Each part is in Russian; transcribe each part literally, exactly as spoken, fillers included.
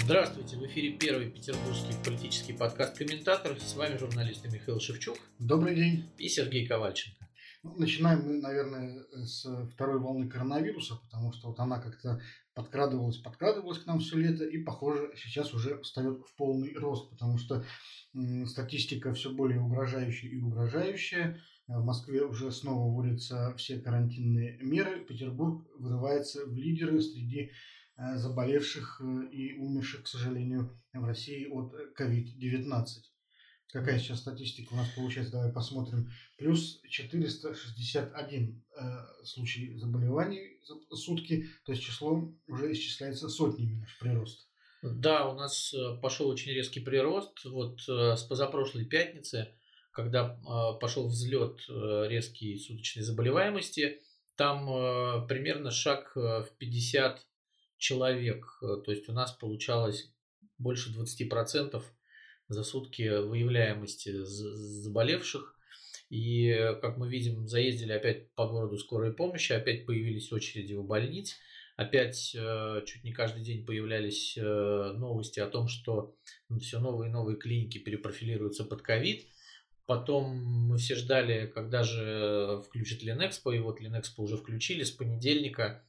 Здравствуйте, в эфире первый петербургский политический подкаст «Комментатор». С вами журналисты Михаил Шевчук. Добрый день. И Сергей Ковальченко. Ну, начинаем мы, наверное, с второй волны коронавируса, потому что вот она как-то подкрадывалась, подкрадывалась к нам все лето, и, похоже, сейчас уже встает в полный рост, потому что м, статистика все более угрожающая и угрожающая. В Москве уже снова вводятся все карантинные меры. Петербург вырывается в лидеры среди э, заболевших э, и умерших, к сожалению, в России от ковид девятнадцать. Какая сейчас статистика у нас получается? Давай посмотрим. Плюс четыреста шестьдесят один э, случай заболеваний за сутки. То есть число уже исчисляется сотнями, наш прирост. Да, у нас э, пошел очень резкий прирост. Вот э, с позапрошлой пятницы, когда э, пошел взлет э, резкий суточной заболеваемости, там э, примерно шаг э, в пятьдесят человек. Э, То есть у нас получалось больше двадцать процентов за сутки выявляемости з- заболевших. И, э, как мы видим, заездили опять по городу скорой помощи, опять появились очереди у больниц, опять э, чуть не каждый день появлялись э, новости о том, что все новые и новые клиники перепрофилируются под ковид. Потом мы все ждали, когда же включат Ленэкспо, и вот Ленэкспо уже включили с понедельника.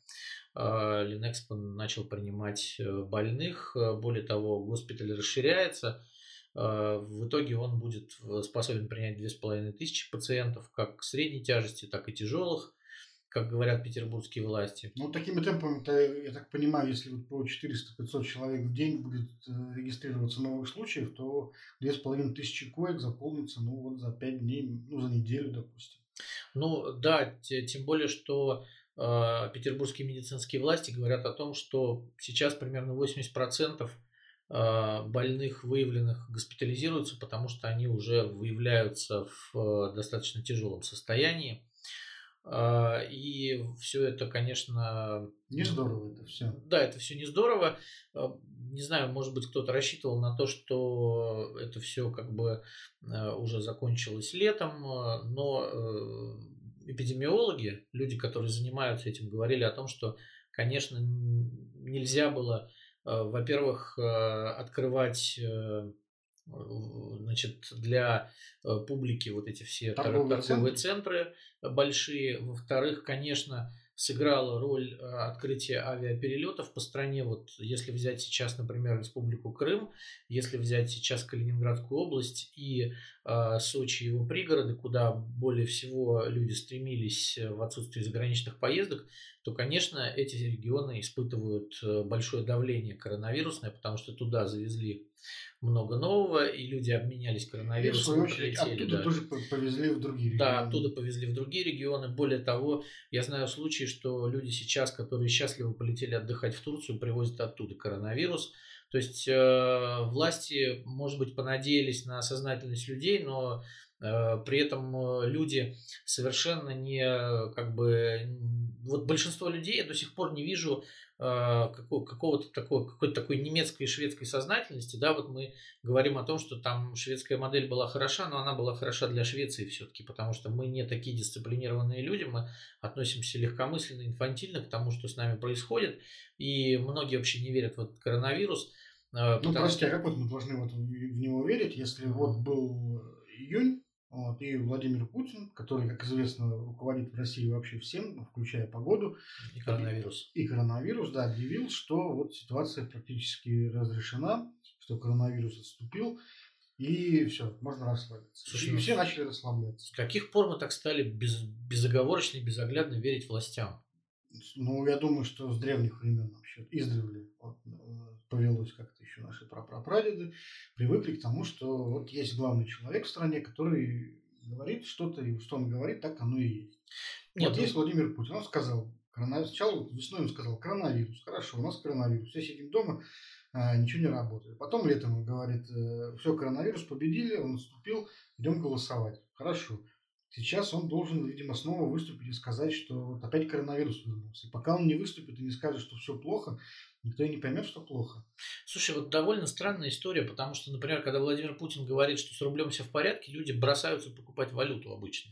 э, Ленэкспо начал принимать э, больных, Э, более того, госпиталь расширяется. Э, В итоге он будет в- способен принять две с половиной тысячи пациентов, как средней тяжести, так и тяжелых, как говорят петербургские власти. Ну, такими темпами, я так понимаю, если вот по четыреста-пятьсот человек в день будет э, регистрироваться новых случаев, то две с половиной тысячи коек заполнится, ну, вот за пять дней, ну, за неделю, допустим. Ну да, те- тем более, что э, петербургские медицинские власти говорят о том, что сейчас примерно восемьдесят процентов э, больных выявленных госпитализируются, потому что они уже выявляются в э, достаточно тяжелом состоянии. А, И все это, конечно, Не здорово это все. да, это все не здорово. А, Не знаю, может быть, кто-то рассчитывал на то, что это все как бы э, уже закончилось летом, э, но э, эпидемиологи, люди, которые занимаются этим, говорили о том, что, конечно, н- нельзя было, э, во-первых, э, открывать э, в- значит, для э, публики вот эти все тор- Торговые торговые центры. центры большие. Во-вторых, конечно, сыграла роль э, открытия авиаперелетов по стране. Вот если взять сейчас, например, Республику Крым, если взять сейчас Калининградскую область и э, Сочи и его пригороды, куда более всего люди стремились э, в отсутствии заграничных поездок, то, конечно, эти регионы испытывают э, большое давление коронавирусное, потому что туда завезли много нового, и люди обменялись И, в коронавирусом свою и очередь, полетели, оттуда да. тоже по- повезли в другие Да, регионы. оттуда повезли в другие регионы. Более того, я знаю случаи, что люди сейчас, которые счастливо полетели отдыхать в Турцию, привозят оттуда коронавирус. То есть э, власти, может быть, понадеялись на сознательность людей, но э, при этом э, люди совершенно не э, как бы н- вот большинство людей я до сих пор не вижу э, какого- какого-то такого, какой-то такой немецкой и шведской сознательности. Да, вот мы говорим о том, что там шведская модель была хороша, но она была хороша для Швеции все-таки, потому что мы не такие дисциплинированные люди, мы относимся легкомысленно, инфантильно к тому, что с нами происходит, и многие вообще не верят в этот коронавирус, э, Ну, потому прости, а что... как вот мы должны вот в в него верить, если вот Мгм. был июнь, вот, и Владимир Путин, который, как известно, руководит в России вообще всем, включая погоду, И объ- коронавирус. и коронавирус, да, объявил, что вот ситуация практически разрешена, что коронавирус отступил, и все, можно расслабиться. Слушай, И ну все с начали расслабляться. с каких пор мы так стали без, безоговорочно и безоглядно верить властям? Ну, я думаю, что с древних времен вообще, издревле вот, э, повелось как-то еще наши прапрапрадеды, привыкли к тому, что вот есть главный человек в стране, который говорит что-то, и что он говорит, так оно и есть. Нет, Вот есть ну, Владимир Путин, он сказал, коронавирус, сначала вот весной он сказал, коронавирус, хорошо, у нас коронавирус, все сидим дома, а, ничего не работает. Потом летом он говорит, все, коронавирус победили, он наступил, идем голосовать. Хорошо. Сейчас он должен, видимо, снова выступить и сказать, что вот опять коронавирус вернулся. И пока он не выступит и не скажет, что все плохо, никто и не поймет, что плохо. слушай, вот довольно странная история, потому что, например, когда Владимир Путин говорит, что с рублем все в порядке, люди бросаются покупать валюту обычно.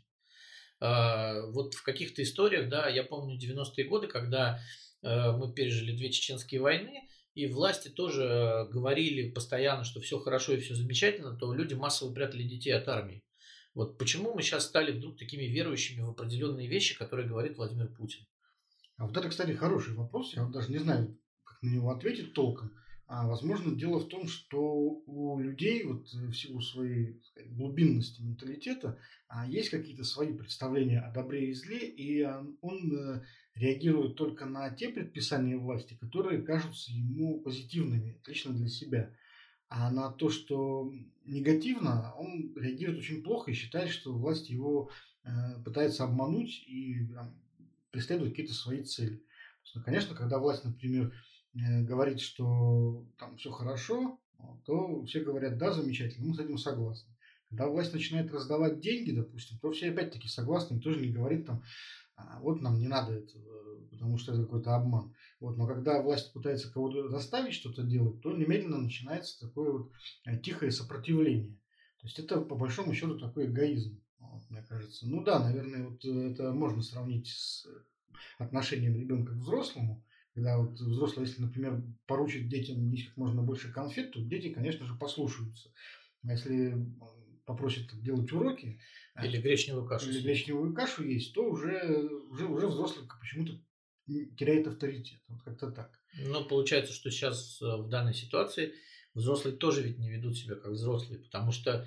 А, Вот в каких-то историях, да, я помню девяностые годы, когда э, мы пережили две чеченские войны, и власти тоже говорили постоянно, что все хорошо и все замечательно, то люди массово прятали детей от армии. Вот почему мы сейчас стали вдруг такими верующими в определенные вещи, которые говорит Владимир Путин? А вот это, кстати, хороший вопрос. Я вот даже не знаю, как на него ответить толком. А, возможно, дело в том, что у людей, вот э, в силу своей, так сказать, глубинности менталитета, а, есть какие-то свои представления о добре и зле, и а, он э, реагирует только на те предписания власти, которые кажутся ему позитивными, лично для себя. А на то, что негативно, он реагирует очень плохо и считает, что власть его э, пытается обмануть и там, преследует какие-то свои цели. То есть, ну, конечно, когда власть, например, э, говорит, что там все хорошо, вот, то все говорят, да, замечательно, мы с этим согласны. Когда власть начинает раздавать деньги, допустим, то все опять-таки согласны, никто же не говорит там, а, вот нам не надо этого, потому что это какой-то обман. Вот, но когда власть пытается кого-то заставить что-то делать, то немедленно начинается такое вот э, тихое сопротивление. То есть это по большому счету такой эгоизм, вот, мне кажется. Ну да, наверное, вот э, это можно сравнить с отношением ребенка к взрослому. Когда вот взрослый, если, например, поручит детям есть как можно больше конфет, то дети, конечно же, послушаются. А если м, попросит делать уроки, а, Или гречневую кашу или съесть? гречневую кашу есть, то уже, уже, уже взрослый почему-то теряет авторитет. Вот как-то так. Но получается, что сейчас в данной ситуации взрослые тоже ведь не ведут себя как взрослые, потому что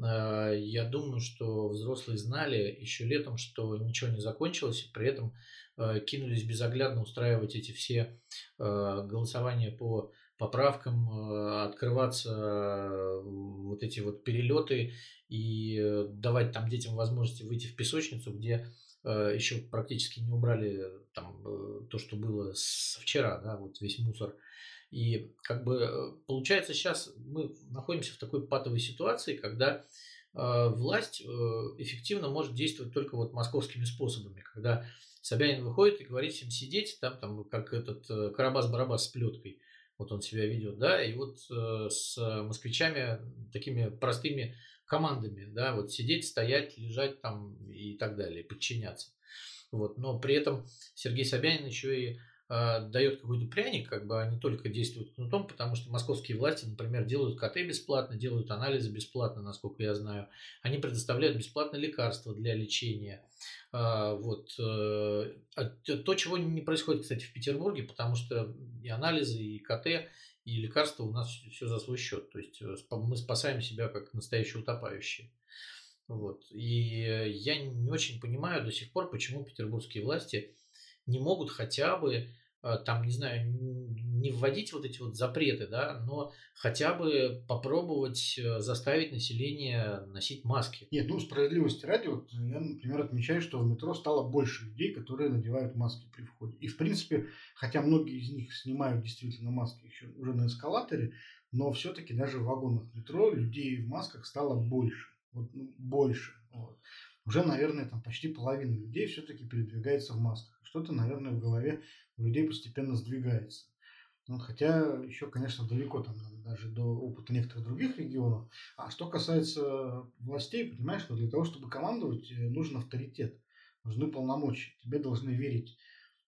э, я думаю, что взрослые знали еще летом, что ничего не закончилось, и при этом э, кинулись безоглядно устраивать эти все э, голосования по поправкам, э, открываться э, вот эти вот перелеты и э, давать там детям возможности выйти в песочницу, где э, еще практически не убрали э, там э, то, что было с вчера, да, вот весь мусор. И как бы э, получается сейчас мы находимся в такой патовой ситуации, когда э, власть э, эффективно может действовать только вот московскими способами, когда Собянин выходит и говорит всем сидеть, там, там как этот э, Карабас-Барабас с плеткой, вот он себя ведет, да, и вот э, с москвичами такими простыми командами, да, вот сидеть, стоять, лежать там и так далее, подчиняться. Вот. Но при этом Сергей Собянин еще и э, дает какой-то пряник, как бы они только действуют кнутом, потому что московские власти, например, делают КТ бесплатно, делают анализы бесплатно, насколько я знаю. Они предоставляют бесплатно лекарства для лечения. А, вот. э, а т- То, чего не происходит, кстати, в Петербурге, потому что и анализы, и КТ, и лекарства у нас все за свой счет. То есть э, спа- мы спасаем себя как настоящие утопающие. Вот. И э, я не очень понимаю до сих пор, почему петербургские власти не могут хотя бы, э, там, не знаю, н- не вводить вот эти вот запреты, да, но хотя бы попробовать э, заставить население носить маски. Нет, ну, справедливости ради, вот я, например, отмечаю, что в метро стало больше людей, которые надевают маски при входе. И, в принципе, хотя многие из них снимают действительно маски еще уже на эскалаторе, но все-таки даже в вагонах метро людей в масках стало больше. Вот, ну, больше. Вот. Уже, наверное, там почти половина людей все-таки передвигается в масках. Что-то, наверное, в голове у людей постепенно сдвигается. Ну, хотя еще, конечно, далеко там нам даже до опыта некоторых других регионов. А что касается властей, понимаешь, что для того, чтобы командовать, э, нужен авторитет, нужны полномочия, тебе должны верить.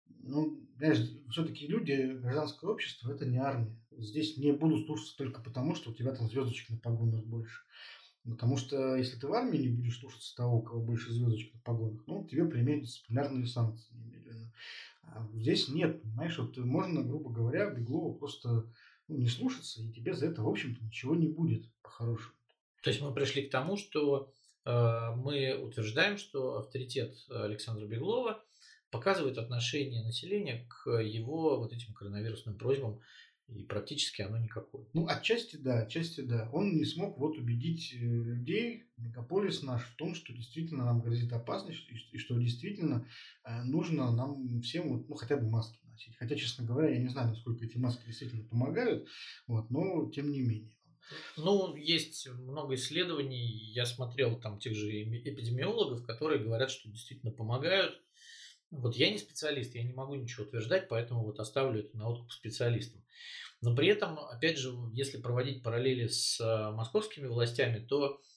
Ну, знаешь, все-таки люди, гражданское общество, это не армия. Здесь не будут слушаться только потому, что у тебя там звездочек на погонах больше. Потому что если ты в армии не будешь слушаться того, у кого больше звездочек на погонах, ну, тебе применят дисциплинарные санкции немедленно. А здесь нет, понимаешь, вот можно, грубо говоря, Беглова просто ну, не слушаться, и тебе за это, в общем-то, ничего не будет по-хорошему. То есть мы пришли к тому, что э, мы утверждаем, что авторитет Александра Беглова показывает отношение населения к его вот этим коронавирусным просьбам, и практически оно никакое. Ну, отчасти да, отчасти да. Он не смог вот убедить э, людей, мегаполис наш, в том, что действительно нам грозит опасность, и, ш- и что действительно э, нужно нам всем вот, ну, хотя бы маски носить. Хотя, честно говоря, я не знаю, насколько эти маски действительно помогают, вот, но тем не менее. Ну, есть много исследований, я смотрел там тех же эми- эпидемиологов, которые говорят, что действительно помогают. Вот я не специалист, я не могу ничего утверждать, поэтому вот оставлю это на откуп специалистам. Но при этом, опять же, если проводить параллели с э, московскими властями, то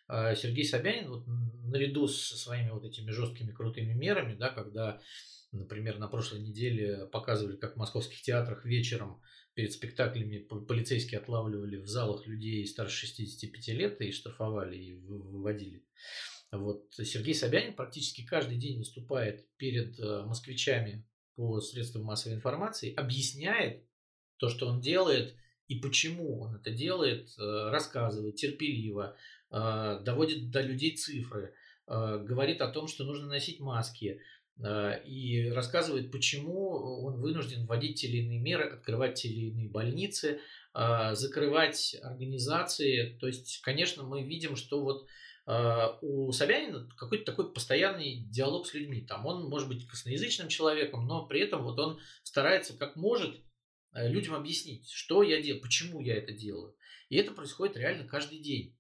э, Сергей Собянин вот наряду со своими вот этими жесткими крутыми мерами, да, когда, например, на прошлой неделе показывали, как в московских театрах вечером перед спектаклями по- полицейские отлавливали в залах людей старше шестидесяти пяти лет и штрафовали, и вы- выводили. Вот Сергей Собянин практически каждый день выступает перед э, москвичами по средствам массовой информации, объясняет то, что он делает и почему он это делает, э, рассказывает терпеливо, э, доводит до людей цифры, э, говорит о том, что нужно носить маски, э, и рассказывает, почему он вынужден вводить те или иные меры, открывать те или иные больницы, э, закрывать организации. То есть, конечно, мы видим, что вот э, у Собянина какой-то такой постоянный диалог с людьми. Там он может быть косноязычным человеком, но при этом вот он старается как может э, людям объяснить, что я делаю, почему я это делаю. И это происходит реально каждый день.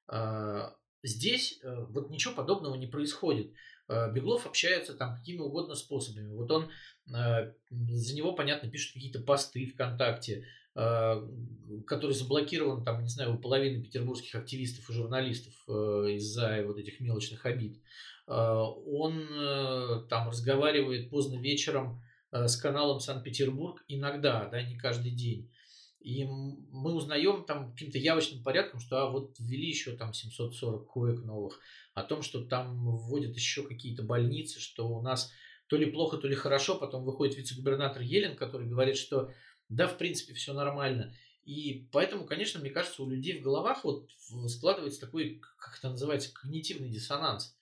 А, Здесь э, вот ничего подобного не происходит. Э, Беглов общается там какими угодно способами. Вот он, э, за него, понятно, пишут какие-то посты ВКонтакте, э, который заблокирован, там, не знаю, у половины петербургских активистов и журналистов э, из-за вот этих мелочных обид. Э, Он э, там разговаривает поздно вечером э, с каналом Санкт-Петербург иногда, да, не каждый день. И мы узнаем там каким-то явочным порядком, что а вот ввели еще там семьсот сорок коек новых, о том, что там вводят еще какие-то больницы, что у нас то ли плохо, то ли хорошо. Потом выходит вице-губернатор Елен, который говорит, что да, в принципе, все нормально. И поэтому, конечно, мне кажется, у людей в головах вот складывается такой, как это называется, когнитивный диссонанс.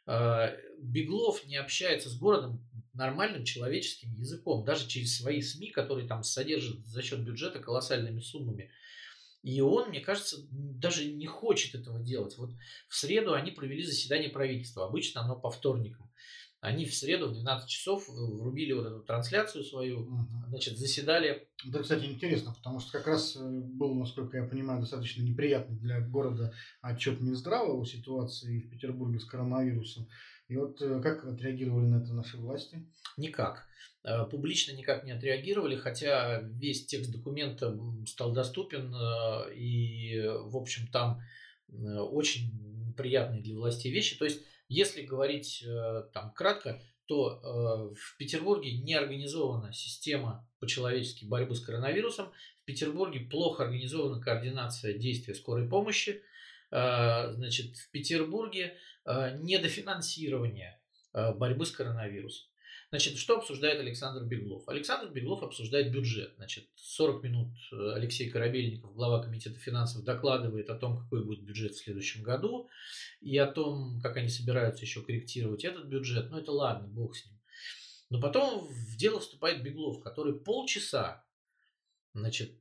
А, Беглов не общается с городом нормальным человеческим языком, даже через свои СМИ, которые там содержат за счет бюджета колоссальными суммами. И он, мне кажется, даже не хочет этого делать. Вот в среду они провели заседание правительства. Обычно оно по вторникам. Они в среду в двенадцать часов врубили вот эту трансляцию свою, Мгм. значит, заседали. Это, кстати, интересно, потому что как раз э, был, насколько я понимаю, достаточно неприятный для города отчет Минздрава о ситуации в Петербурге с коронавирусом. И вот э, как отреагировали на это наши власти? Никак. Э, Публично никак не отреагировали, хотя весь текст документа м, стал доступен, э, и, в общем, там э, очень неприятные для властей вещи. То есть, если говорить э, там кратко, то э, в Петербурге не организована система по-человечески борьбы с коронавирусом. В Петербурге плохо организована координация действия скорой помощи. Э, Значит, в Петербурге э, недофинансирование э, борьбы с коронавирусом. Значит, что обсуждает Александр Беглов? Александр Беглов обсуждает бюджет. Значит, сорок минут э, Алексей Корабельников, глава комитета финансов, докладывает о том, какой будет бюджет в следующем году, и о том, как они собираются еще корректировать этот бюджет. Ну, это ладно, бог с ним. Но потом в дело вступает Беглов, который полчаса, значит,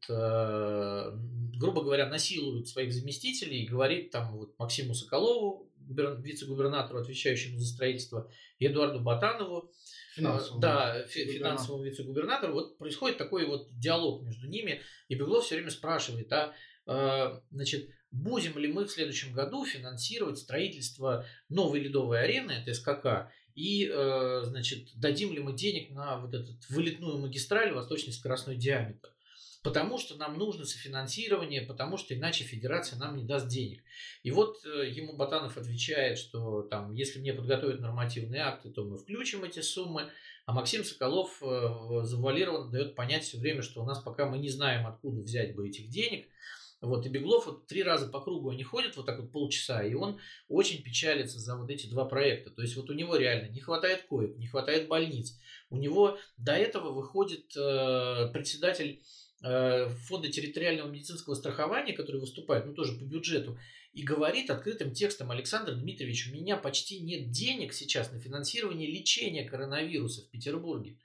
э, грубо говоря, насилует своих заместителей и говорит там вот Максиму Соколову, губерн- вице-губернатору, отвечающему за строительство, и Эдуарду Батанову, э, Финансовому да, фи- губернатору. финансовому вице-губернатору, вот происходит такой вот диалог между ними, и Беглов все время спрашивает, а, э, значит, будем ли мы в следующем году финансировать строительство новой ледовой арены, это СКК, и, э, значит, дадим ли мы денег на вот эту вылетную магистраль восточный скоростной диаметр. Потому что нам нужно софинансирование, потому что иначе федерация нам не даст денег. И вот э, ему Батанов отвечает, что там, если мне подготовят нормативные акты, то мы включим эти суммы. А Максим Соколов э, завуалированно дает понять все время, что у нас пока мы не знаем, откуда взять бы этих денег. Вот, и Беглов вот три раза по кругу они ходят, вот так вот полчаса, и он очень печалится за вот эти два проекта. То есть вот у него реально не хватает коек, не хватает больниц. У него до этого выходит э, председатель э, фонда территориального медицинского страхования, который выступает, ну тоже по бюджету, и говорит открытым текстом: Александр Дмитриевич, у меня почти нет денег сейчас на финансирование лечения коронавируса в Петербурге.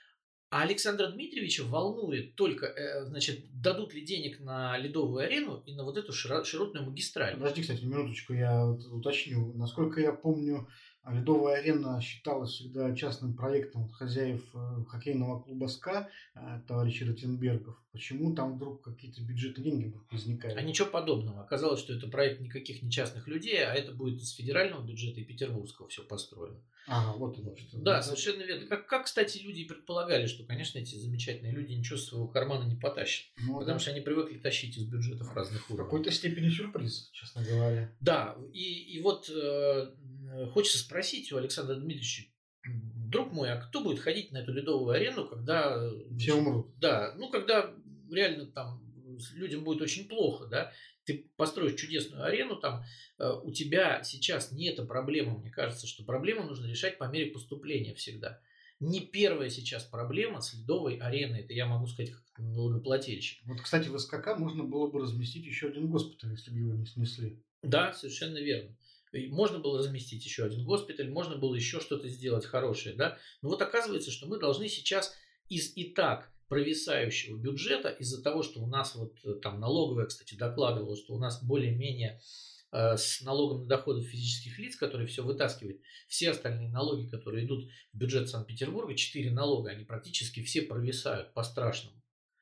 А Александра Дмитриевича волнует только, э, значит, дадут ли денег на ледовую арену и на вот эту широ- широтную магистраль. Подожди, кстати, минуточку, я вот уточню. Насколько я помню, Ледовая арена считалась всегда частным проектом хозяев э, хоккейного клуба СКА, э, товарища Ротенбергов. Почему там вдруг какие-то бюджетные деньги вдруг А возникают? ничего подобного. Оказалось, что это проект никаких не частных людей, а это будет из федерального бюджета и петербургского все построено. Ага, вот оно что. Да, Ну, да. совершенно верно. Как, как, кстати, люди и предполагали, что, конечно, эти замечательные люди ничего со своего кармана не потащат. Ну Потому да. что они привыкли тащить из бюджетов разных В уровней. какой-то степени сюрприз, честно говоря. Да, и, и вот э, хочется спросить у Александра Дмитриевича, друг мой, а кто будет ходить на эту ледовую арену, когда, Все значит, умрут. да, ну, когда реально там людям будет очень плохо, да, ты построишь чудесную арену, там э, у тебя сейчас не эта проблема, мне кажется, что проблему нужно решать по мере поступления всегда. Не первая сейчас проблема с ледовой ареной, это я могу сказать как налогоплательщик. Вот, кстати, в СКК можно было бы разместить еще один госпиталь, если бы его не снесли. Да, совершенно верно. И можно было разместить еще один госпиталь, можно было еще что-то сделать хорошее, да. Но вот оказывается, что мы должны сейчас из и так провисающего бюджета, из-за того, что у нас вот э, там налоговая, кстати, докладывала, что у нас более-менее э, с налогом на доходы физических лиц, который все вытаскивает, все остальные налоги, которые идут в бюджет Санкт-Петербурга, четыре налога, они практически все провисают по-страшному.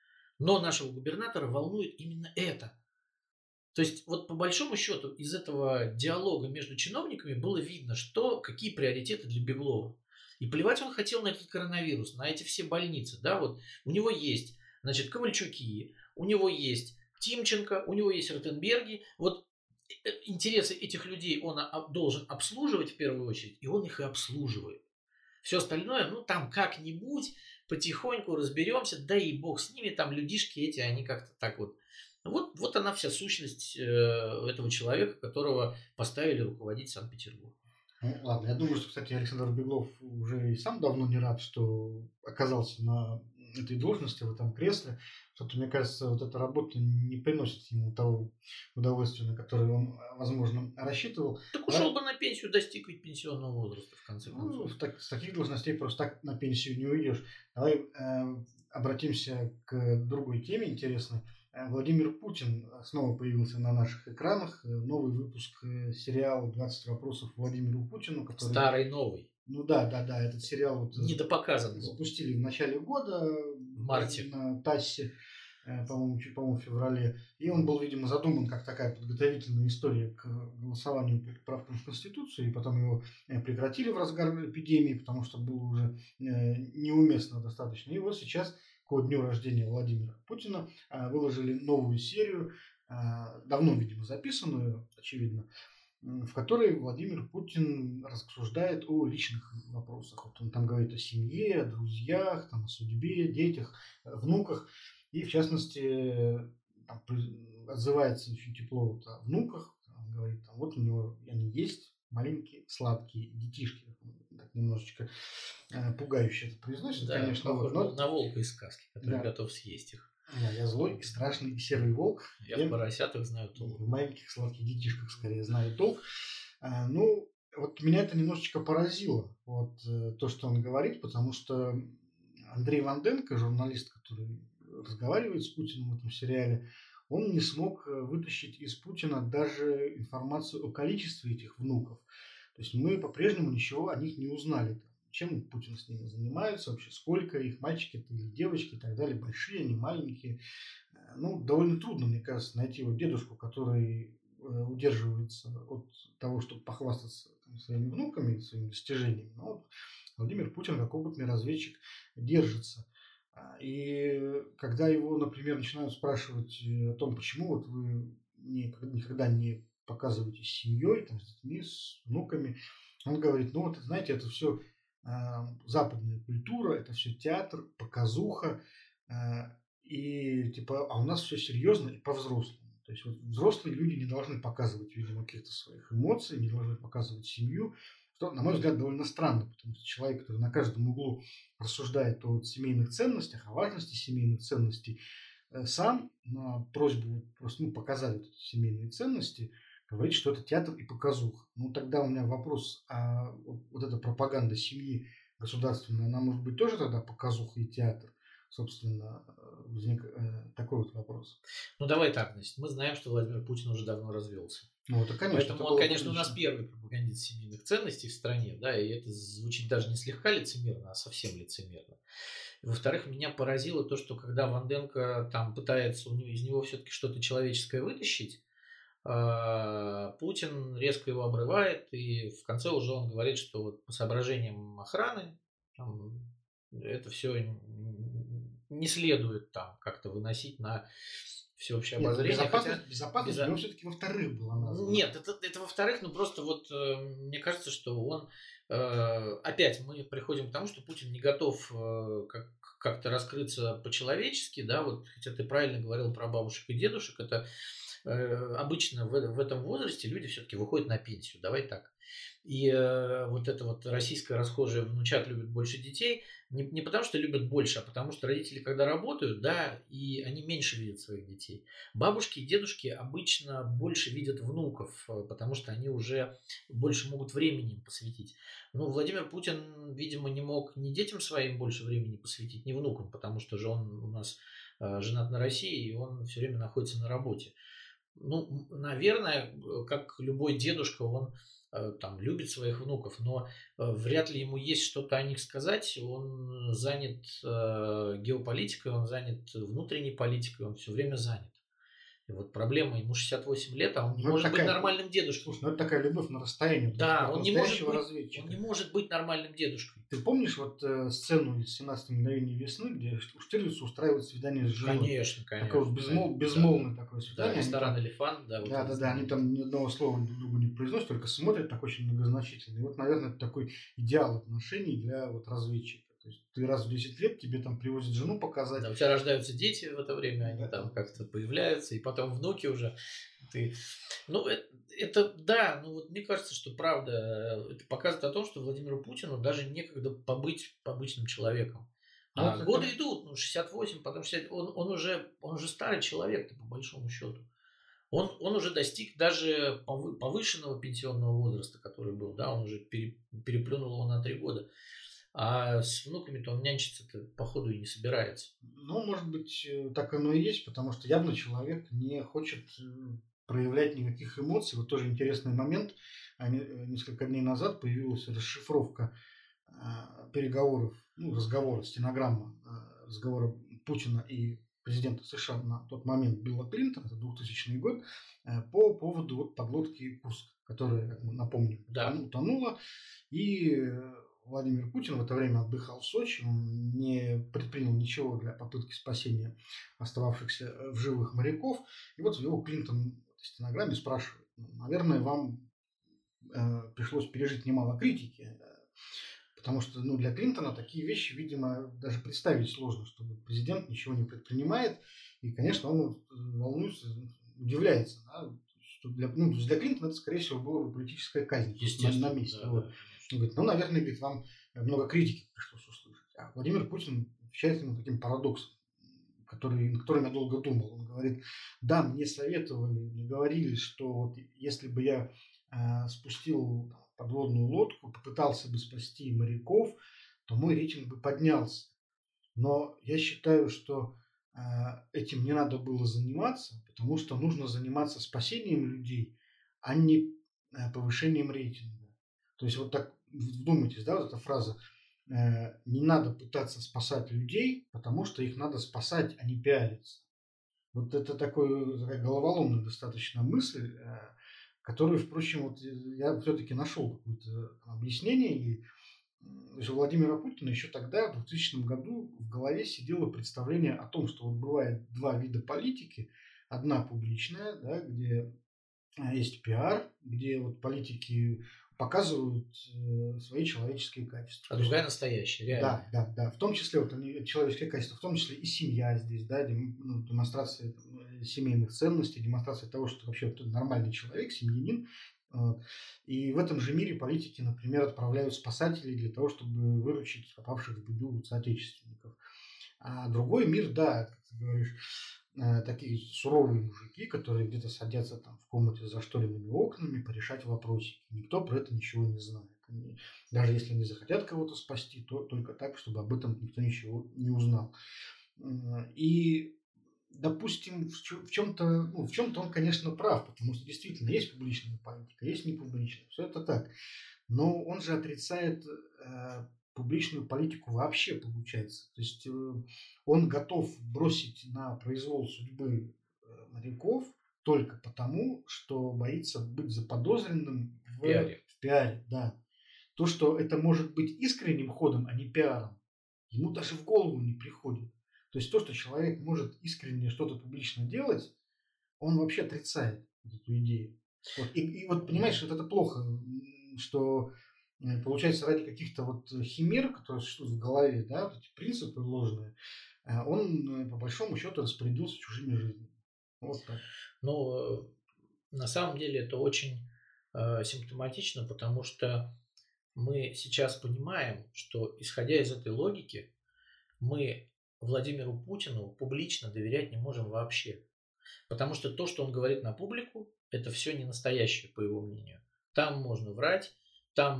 Но нашего губернатора волнует именно это. То есть вот по большому счету из этого диалога между чиновниками было видно, что какие приоритеты для Беглова. И плевать он хотел на этот коронавирус, на эти все больницы. Да, вот у него есть, значит, Ковальчуки, у него есть Тимченко, у него есть Ротенберги. Вот э, интересы этих людей он а- должен обслуживать в первую очередь, и он их и обслуживает. Все остальное, ну там как-нибудь потихоньку разберемся, да и бог с ними, там людишки эти, они как-то так вот. Вот, вот она вся сущность э, этого человека, которого поставили руководить Санкт-Петербургом. Ну, ладно, я думаю, что, кстати, Александр Беглов уже и сам давно не рад, что оказался на этой должности, в этом кресле. Что-то, мне кажется, вот эта работа не приносит ему того удовольствия, на которое он, возможно, рассчитывал. Так ушел Давай, бы на пенсию, достиг ведь пенсионного возраста, в конце ну, концов. в так- с таких должностей просто так на пенсию не уйдешь. Давай э, обратимся к другой теме интересной. Э, Владимир Путин снова появился на наших экранах. Э, Новый выпуск э, сериала «двадцать вопросов Владимиру Путину», который... Старый новый, Ну да, да, да, этот сериал вот з- недопоказан был запустили в начале года в марте. на ТАССе, э, по-моему, чуть, по-моему, в феврале. И он был, видимо, задуман как такая подготовительная история к голосованию по правкам в Конституцию, и потом его э, прекратили в разгар эпидемии, потому что было уже э, неуместно достаточно. И вот сейчас, к дню рождения Владимира Путина, э, выложили новую серию, э, давно, видимо, записанную, очевидно, в которой Владимир Путин рассуждает о личных вопросах. Вот он там говорит о семье, о друзьях, там, о судьбе, детях, э, внуках. И, в частности, там, при- отзывается очень тепло вот о внуках. Он говорит, там, вот у него они есть, маленькие, сладкие детишки. Так немножечко э, пугающе это произносит, Да, конечно. Вот, похож был но, на волка из сказки, который да, готов съесть их. да, я злой и страшный и серый волк. Я в Я поросятах знаю толк. в маленьких сладких детишках скорее знаю толк. А, Ну, вот меня это немножечко поразило, вот э, то, что он говорит, потому что Андрей Ванденко, журналист, который разговаривает с Путиным в этом сериале, он не смог э, вытащить из Путина даже информацию о количестве этих внуков. То есть мы по-прежнему ничего о них не узнали. Там, чем Путин с ними занимается вообще, сколько их, мальчики это или девочки и так далее, большие они, маленькие. Э, Ну, довольно трудно, мне кажется, найти вот дедушку, который э, удерживается от того, чтобы похвастаться там, своими внуками, своими достижениями. Но вот Владимир Путин, как опытный разведчик, держится. А, И когда его, например, начинают спрашивать э, о том, почему вот вы никак- никогда не показываетесь с семьей, там, с детьми, с внуками, он говорит, ну вот, знаете, это все западная культура, это все театр, показуха, а, и типа, а у нас все серьезно и по-взрослому. То есть вот взрослые люди не должны показывать, видимо, каких-то своих эмоций, не должны показывать семью, что, на мой взгляд, довольно странно, потому что человек, который на каждом углу рассуждает о семейных ценностях, о важности семейных ценностей, э, сам на просьбу вот просто ну, показать вот эти семейные ценности, говорит, что это театр и показуха. Ну, тогда у меня вопрос, а вот, вот эта пропаганда семьи государственная, она может быть тоже тогда показуха и театр? Собственно, э, возник э, такой вот вопрос. Ну давай так, значит, мы знаем, что Владимир Путин уже давно развелся. Ну, это, конечно, это Поэтому он, было конечно, у нас публично. первый пропагандист семейных ценностей в стране, да, и это звучит даже не слегка лицемерно, а совсем лицемерно. Во-вторых, меня поразило то, что когда Ванденко там пытается у него, из него все-таки что-то человеческое вытащить, а, Путин резко его обрывает, и в конце уже он говорит, что вот по соображениям охраны там, это все не следует там как-то выносить на всеобщее Нет, ну, обозрение, хотя безопасность, безопасность у безо- него все-таки во-вторых была названа. нет, это, это во-вторых, ну просто вот э, мне кажется, что он э, опять мы приходим к тому, что Путин не готов э, как, как-то раскрыться по-человечески, да, вот хотя ты правильно говорил про бабушек и дедушек, это э, обычно в, в этом возрасте люди все-таки выходят на пенсию, давай так. И э, вот это вот российское расхожее внучат любят больше детей, не, не потому что любят больше, а потому что родители, когда работают, да, и они меньше видят своих детей. Бабушки и дедушки обычно больше видят внуков, э, потому что они уже больше могут времени им посвятить. Ну, Владимир Путин, видимо, не мог ни детям своим больше времени посвятить, ни внукам, потому что же он у нас э, женат на России, и он все время находится на работе. Ну, наверное, э, как любой дедушка, он э, там любит своих внуков, но э, вряд ли ему есть что-то о них сказать. Он занят э, геополитикой, он занят внутренней политикой, он все время занят. И вот проблема, ему шестьдесят восемь лет, а он не Ну, это может быть такая, нормальным дедушкой. слушай, ну это такая любовь на расстоянии, вот это Да, как он не может настоящего быть, он разведчика. не может быть нормальным дедушкой. Ты помнишь вот э, сцену из семнадцати мгновений весны, где Штирлиц устраивает свидание с женой? Конечно, Такое конечно, вот безмол, конечно. Да, безмолвное такое да, свидание. Они ресторан там, «Элефант», да, вот да, это да, да, они знаменитый. там ни одного слова друг другу не произносят, только смотрят так очень многозначительно. И вот, наверное, это такой идеал отношений для вот разведчика. То есть ты раз в десять лет тебе там привозят жену показать. Да, у тебя рождаются дети в это время, они Да, там как-то появляются, и потом внуки уже. Ты... Ну, это, это да, ну вот мне кажется, что правда, э, это показывает о том, что Владимиру Путину даже некогда побыть обычным человеком. ну, А вот годы это, идут, ну, шестьдесят восемь, потом шестьдесят, он, он, уже, он уже старый человек, по большому счету. Он, он уже достиг даже повы- повышенного пенсионного возраста, который был, да, он уже пере- переплюнул его на три года. А с внуками-то он нянчиться-то, походу, и не собирается. ну, может быть, э, так оно и есть, потому что явно человек не хочет э, проявлять никаких эмоций. Вот тоже интересный момент. А не- э, Несколько дней назад появилась расшифровка а, переговоров, ну, разговора, стенограмма а, разговора Путина и президента США на тот момент Билла Клинтона, это двухтысячный год, э, по поводу вот подлодки «Курск», которая, как мы напомним, Да, тону- утонула. И э, Владимир Путин в это время отдыхал в Сочи, он не предпринял ничего для попытки спасения остававшихся э, в живых моряков. И вот его Клинтон в стенограмме спрашивает, «Ну, наверное, вам э, пришлось пережить немало критики, э, потому что ну, для Клинтона такие вещи, видимо, даже представить сложно, чтобы президент ничего не предпринимает. И, конечно, он вот, э, волнуется, удивляется. Да, что для, ну, то есть для Клинтона это, скорее всего, была бы политическая казнь просто на, на естественно, месте. да, Вот. да, Он говорит, ну, наверное, говорит, вам много критики пришлось услышать. А Владимир Путин отвечает ему таким парадоксом, который, над которым я долго думал. Он говорит, да, мне советовали, мне говорили, что вот если бы я э, спустил там, подводную лодку, попытался бы спасти моряков, то мой рейтинг бы поднялся. Но я считаю, что э, этим не надо было заниматься, потому что нужно заниматься спасением людей, а не э, повышением рейтинга. То есть вот так вдумайтесь, да, вот эта фраза э, не надо пытаться спасать людей, потому что их надо спасать, а не пиариться. Вот это такой, такая головоломная достаточно мысль, э, которую, впрочем, вот я все-таки нашел какое-то объяснение. И м, то есть у Владимира Путина еще тогда, в двухтысячном году, в голове сидело представление о том, что вот бывает два вида политики. Одна публичная, да, где а, есть пиар, где вот политики показывают э, свои человеческие качества. а То есть другая настоящая, да, реальная. да, да. В том числе вот они, человеческие качества, в том числе и семья здесь, да, дем- ну, демонстрация там, э, семейных ценностей, демонстрация того, что вообще вот нормальный человек, семьянин. Вот. И в этом же мире политики, например, отправляют спасателей для того, чтобы выручить попавших в беду соотечественников. А другой мир, да, как ты говоришь, э, такие суровые мужики, которые где-то садятся там в комнате с зашторенными окнами порешать вопросики. Никто про это ничего не знает. Они, даже если они захотят кого-то спасти, то только так, чтобы об этом никто ничего не узнал. М, И допустим, в чем-то, ну, в чем-то он, конечно, прав, потому что действительно есть публичная политика, есть непубличная, все это так. Но он же отрицает э, публичную политику вообще, получается. То есть э, он готов бросить на произвол судьбы э, моряков только потому, что боится быть заподозренным В в, пиаре. в пиаре. Да. То, что это может быть искренним ходом, а не пиаром, ему даже в голову не приходит. То есть то, что человек может искренне что-то публично делать, он вообще отрицает вот эту идею. Вот. И, и вот понимаешь, вот это плохо, м, что м, получается ради каких-то вот химер, которые существуют в голове, да, вот эти принципы ложные, э, он э, по большому счету распорядился чужими жизнями. Вот так. Но э, на самом деле это очень э, симптоматично, потому что мы сейчас понимаем, что, исходя из этой логики, мы Владимиру Путину публично доверять не можем вообще. Потому что то, что он говорит на публику, это все не настоящее, по его мнению. Там можно врать, там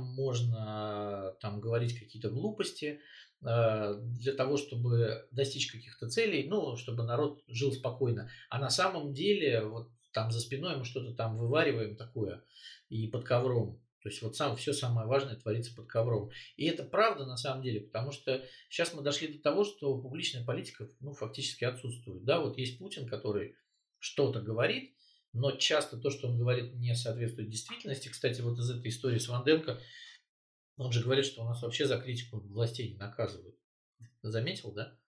можно там, говорить какие-то глупости э, для того, чтобы достичь каких-то целей, ну, чтобы народ жил спокойно. А на самом деле, вот там за спиной мы что-то там вывариваем такое и под ковром. То есть вот сам, все самое важное творится под ковром. И это правда на самом деле, потому что сейчас мы дошли до того, что публичная политика ну, фактически отсутствует. Да, вот есть Путин, который что-то говорит, но часто то, что он говорит, не соответствует действительности. Кстати, вот из этой истории с Ванденко, он же говорит, что у нас вообще за критику властей не наказывают. Заметил, да?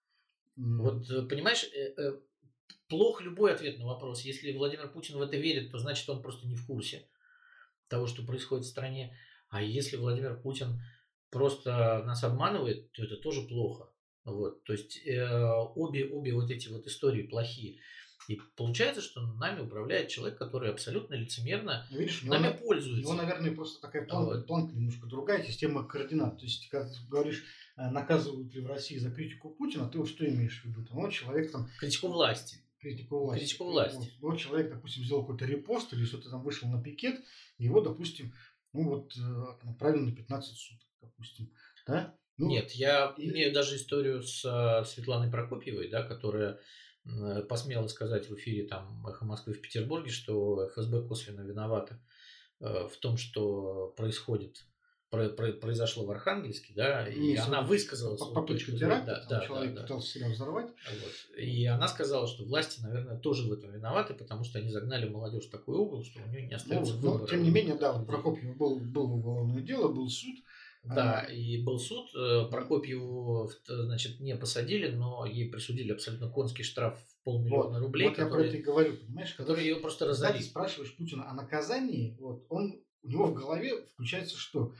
М. Вот э, понимаешь, э, э, плох любой ответ на вопрос. Если Владимир Путин в это верит, то значит он просто не в курсе того, что происходит в стране. А если Владимир Путин просто нас обманывает, то это тоже плохо. Вот, то есть э, обе, обе вот эти вот истории плохие. И получается, что нами управляет человек, который абсолютно лицемерно Ну, видишь, у него, нами на- у него, пользуется. наверное, просто такая планка, Вот. планка немножко другая, система координат. То есть, как ты говоришь, э, наказывают ли в России за критику Путина, ты вот что имеешь в виду? Там, вот человек там Критику власти. критику власти. Критику Вот, власти. вот человек, допустим, сделал какой-то репост или что-то там вышел на пикет, и его, допустим, ну вот э, направили на пятнадцать суток, допустим, да? Ну, Нет, я и, имею даже историю с э, Светланой Прокопьевой, да, которая м, посмела сказать в эфире там «Эхо Москвы» в Петербурге, что эф эс бэ косвенно виновата э, в том, что происходит, про- про- произошло в Архангельске, да, и имеется в она виду высказала по- свою попытка точку зрения, теракта, да, там да, да, человек да. пытался себя взорвать. Вот. И она сказала, что власти, наверное, тоже в этом виноваты, потому что они загнали молодежь в такой угол, что у нее не Ну, остается вот, но, выбора тем у не менее, этих да, вот людей. Прокопьев был, было уголовное дело, был суд. Да, а, и был суд, э, Прокопьеву, в- значит, не посадили, но ей присудили абсолютно конский штраф в Вот, полмиллиона рублей, вот я про это и который, говорю, понимаешь, когда который ты, ее просто когда ты разорит. спрашиваешь Путина о наказании, вот он, у него в голове включается что?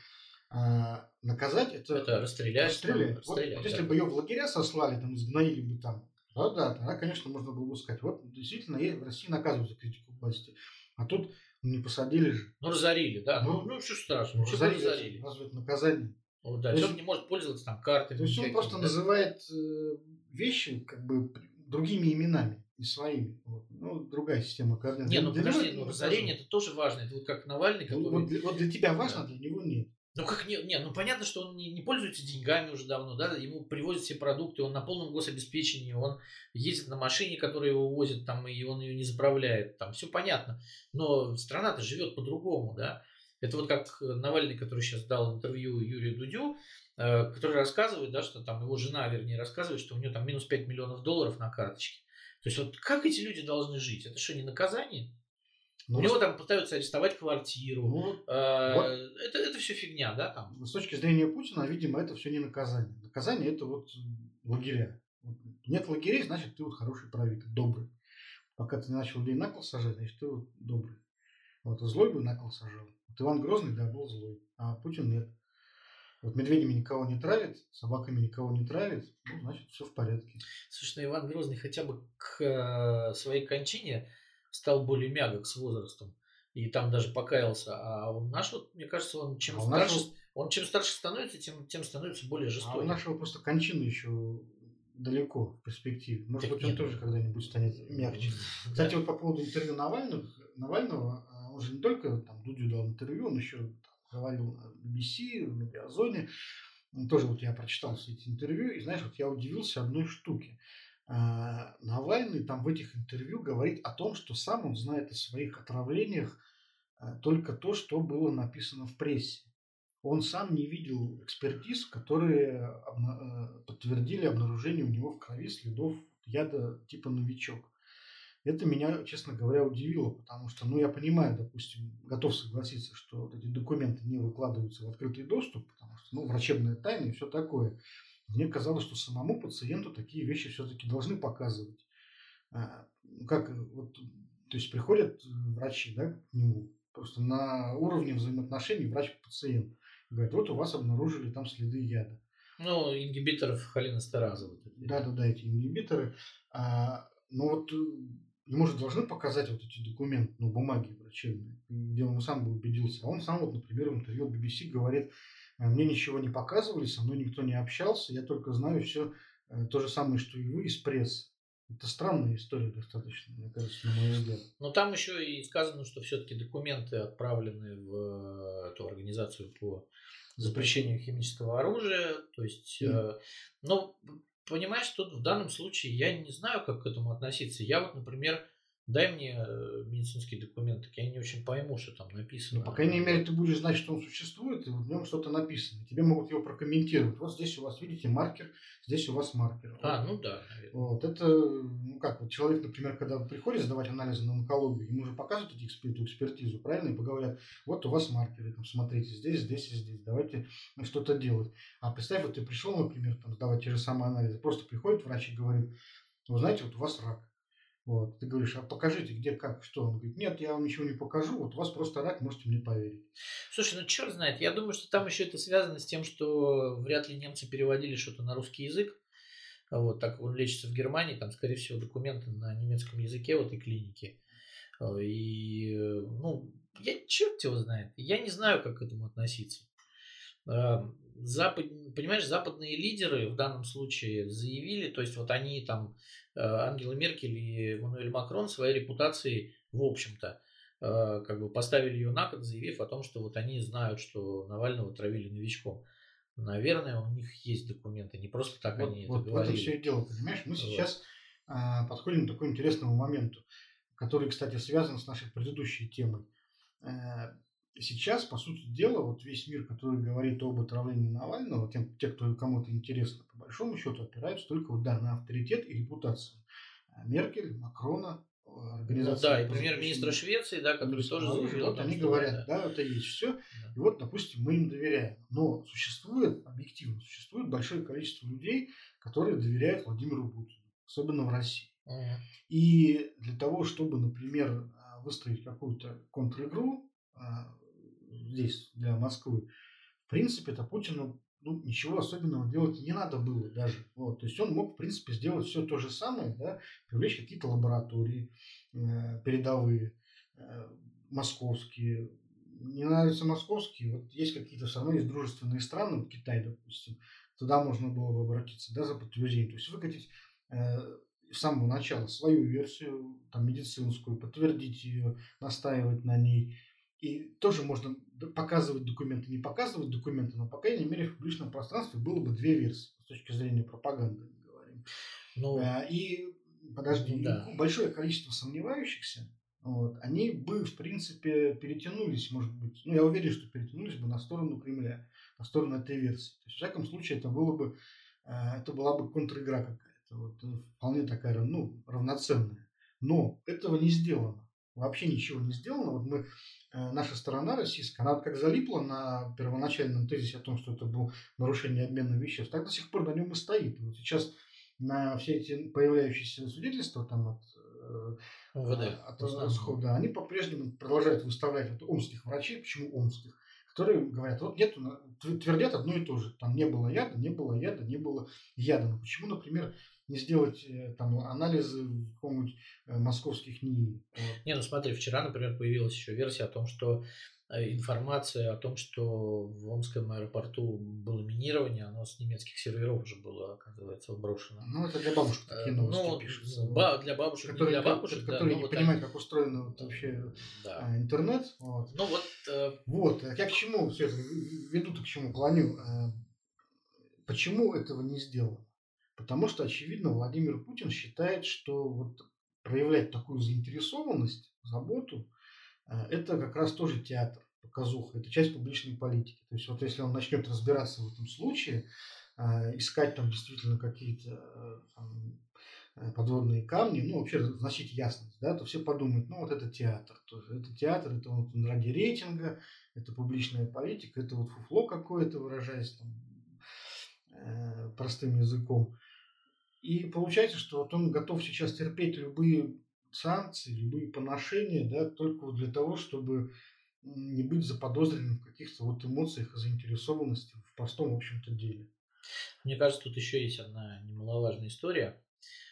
А, наказать это Это расстрелять, там, расстрелять. Вот, вот расстрелять, если да. бы ее в лагеря сослали, там, изгноили бы там, да, да, тогда, конечно, можно было бы сказать, вот действительно е- в России наказывают за критику власти, а тут не посадили же. Ну, разорили, да, ну, Ну, ну, что страшного, ну человека разорили, это разорили. разве это наказание? Вот, да, То есть, человек не может пользоваться там то картами есть он просто никакими, да. называет э, вещи как бы другими именами, не своими. Вот. Ну, другая система координат. Не, Для, ну для него подожди, это не ну разорение наказуемо. это тоже важно. Это вот как Навальный, Ну, вот, который для, вот для тебя важно, а да. для него нет. Ну как не, не, ну понятно, что он не, не пользуется деньгами уже давно, да, ему привозят все продукты, он на полном гособеспечении, он ездит на машине, которая его возит, там, и он ее не заправляет, там, все понятно. Но страна-то живет по-другому, да. Это вот как Навальный, который сейчас дал интервью Юрию Дудю, э, который рассказывает, да, что там его жена, вернее, рассказывает, что у нее там минус пять миллионов долларов на карточке. То есть вот как эти люди должны жить? Это что, не наказание? У Ну, него с- там пытаются арестовать квартиру. ну, Э, вот Это, это все фигня, да, там. с точки зрения Путина, видимо, это все не наказание. Наказание это вот м, лагеря. Вот нет лагерей, значит, ты вот хороший правитель, добрый. Пока ты не начал людей на кол сажать, значит, ты вот добрый. Вот злой бы на кол сажал. Вот Иван Грозный, да, был злой, а Путин нет. Вот медведями никого не травит, собаками никого не травит, ну, значит, все в порядке. Слушай, ну Иван Грозный хотя бы к э, своей кончине стал более мягок с возрастом. И там даже покаялся. А он наш, вот, мне кажется, он чем А у старше, нашего, он чем старше становится, тем, тем становится более а у жестоким. нашего просто кончина еще далеко в перспективе. Может Так быть, он нет, тоже ну, когда-нибудь станет мягче. Кстати, да. вот по поводу интервью Навального, Навального, а, он же не только там Дудю дал интервью, он еще там говорил на би би си, в Медиазоне. М, Тоже вот я прочитал все эти интервью, и знаешь, вот я удивился одной штуке. А, Навальный там в этих интервью говорит о том, что сам он знает о своих отравлениях а, только то, что было написано в прессе. Он сам не видел экспертиз, которые обна- э, подтвердили обнаружение у него в крови следов яда типа новичок. Это меня, честно говоря, удивило, потому что, ну, я понимаю, допустим, готов согласиться, что вот эти документы не выкладываются в открытый доступ, потому что, ну, врачебная тайна и все такое. Мне казалось, что самому пациенту такие вещи все-таки должны показывать. А, ну, как, э, вот, то есть приходят э, врачи, да, к нему, просто на уровне взаимоотношений врач-пациент. Говорят, вот у вас обнаружили там следы яда. Ну, ингибиторов холинестеразы. Вот эти, да. Да-да-да, эти ингибиторы. А, но вот э, ему же должны показать вот эти документы, ну, бумаги врачебные, где он сам бы убедился. А он сам, вот, например, в интервью би би си говорит, «Э, мне ничего не показывали, со мной никто не общался, я только знаю все то же самое, что и вы из прессы. Это странная история достаточно, мне кажется, на мой взгляд. Но там еще и сказано, что все-таки документы отправлены в эту организацию по запрещению химического оружия. То есть, Мгм. э, ну, понимаешь, тут в данном случае я не знаю, как к этому относиться. Я вот, например, дай мне э, медицинский документ, так я не очень пойму, что там Ну, написано. по крайней мере, Вот. ты будешь знать, что он существует, и вот в нем что-то написано. Тебе могут его прокомментировать. Вот здесь у вас, видите, маркер, здесь у вас маркер. Вот. А, ну да, наверное. Вот, это, ну как, вот человек, например, когда приходит сдавать анализы на онкологию, ему же показывают эти экспер- эту экспертизу, правильно, и поговорят, вот у вас маркеры, там, смотрите, здесь, здесь и здесь, давайте ну, что-то делать. А представь, вот ты пришел, например, там, сдавать те же самые анализы, просто приходит врач и говорит, вы знаете, вот у вас рак. Вот, ты говоришь, а покажите, где, как, что. Он говорит, нет, я вам ничего не покажу, вот у вас просто рак, можете мне поверить. Слушай, ну черт знает, я думаю, что там еще это связано с тем, что вряд ли немцы переводили что-то на русский язык. А вот так как он лечится в Германии, там, скорее всего, документы на немецком языке в этой клинике. А, И, э, ну, я черт его знает. Я не знаю, как к этому относиться. А, Запад, понимаешь, западные лидеры в данном случае заявили, то есть вот они там, э, Ангела Меркель и Эммануэль Макрон своей репутацией, в общем-то, э, как бы поставили ее на кон, заявив о том, что вот они знают, что Навального травили новичком. Наверное, у них есть документы, не просто так Вот, они это вот в этом все говорили. и дело, понимаешь? Мы Вот. сейчас а, подходим к такому интересному моменту, который, кстати, связан с нашей предыдущей темой. Э, Сейчас, по сути дела, вот весь мир, который говорит об отравлении Навального, тем, те, кто кому-то интересно, по большому счету, опираются только вот, да, на авторитет и репутацию. А Меркель, Макрона, э, Ну организации да, и по премьер-министра запрещению Швеции, да, который тоже химического оружия, заявил о вот том, они что да, говорят, да. да, это есть все. Да. И вот, допустим, мы им доверяем. Но существует, объективно, существует большое количество людей, которые доверяют Владимиру Путину, особенно в России. Мгм. И для того, чтобы, например, а, выстроить какую-то контр-игру а, здесь, для Москвы, в принципе-то Путину ну, ничего особенного делать не надо было даже. Вот. То есть он мог, в принципе, сделать все то же самое, да, привлечь какие-то лаборатории э, передовые, э, московские. Не нравятся московские, вот есть какие-то все равно есть дружественные страны, вот Китай, допустим, туда можно было бы обратиться, да, за подтверждением. То есть выкатить э, с самого начала свою версию, там, медицинскую, подтвердить ее, настаивать на ней. И тоже можно показывать документы, не показывать документы, но, по крайней мере, в публичном пространстве было бы две версии с точки зрения пропаганды, мы говорим. Ну, А, И, подожди, ну и да. большое количество сомневающихся, вот, они бы, в принципе, перетянулись, может быть, ну, я уверен, что перетянулись бы на сторону Кремля, на сторону этой версии. То есть, в всяком случае, это было бы, а, это была бы контр-игра какая-то, вот, э, вполне такая, ну, равноценная. Но этого не сделано. Вообще ничего не сделано. Вот мы, э, наша сторона российская, она вот как залипла на первоначальном тезисе о том, что это было нарушение обмена веществ, так до сих пор на нем и стоит. И вот сейчас на все эти появляющиеся свидетельства там от, э, МВД от в основном. расхода, они по-прежнему продолжают выставлять вот омских врачей, почему омских, которые говорят, вот нет, твердят одно и то же, там не было яда, не было яда, не было яда. Но почему, например, не сделать э, там анализы в каком-нибудь э, московских НИИ? Вот. Не, ну смотри, вчера, например, появилась еще версия о том, что э, информация о том, что в Омском аэропорту было минирование, оно с немецких серверов уже было, оказывается, сброшено. Ну, это для бабушек Э, такие новости Ну, пишутся. ба- Вот. для бабушек, не Которые, для ко- бабушек, да, которые но не вот понимают, они, как устроен вот э, вообще да. а, интернет. Вот. Ну вот, э, Вот, я к чему все это веду-то, к чему клоню. Э, Почему этого не сделано? Потому что, очевидно, Владимир Путин считает, что вот проявлять такую заинтересованность, заботу, э, это как раз тоже театр, показуха, это часть публичной политики. То есть вот если он начнет разбираться в этом случае, э, искать там действительно какие-то э, там, э, подводные камни, ну, вообще вносить ясность, да, то все подумают, ну, вот это театр тоже. Это театр, это вот он ради рейтинга, это публичная политика, это вот фуфло какое-то, выражаясь там, э, простым языком. И получается, что вот он готов сейчас терпеть любые санкции, любые поношения, да, только вот для того, чтобы не быть заподозренным в каких-то вот эмоциях и заинтересованности в простом, в общем-то, деле. Мне кажется, тут еще есть одна немаловажная история.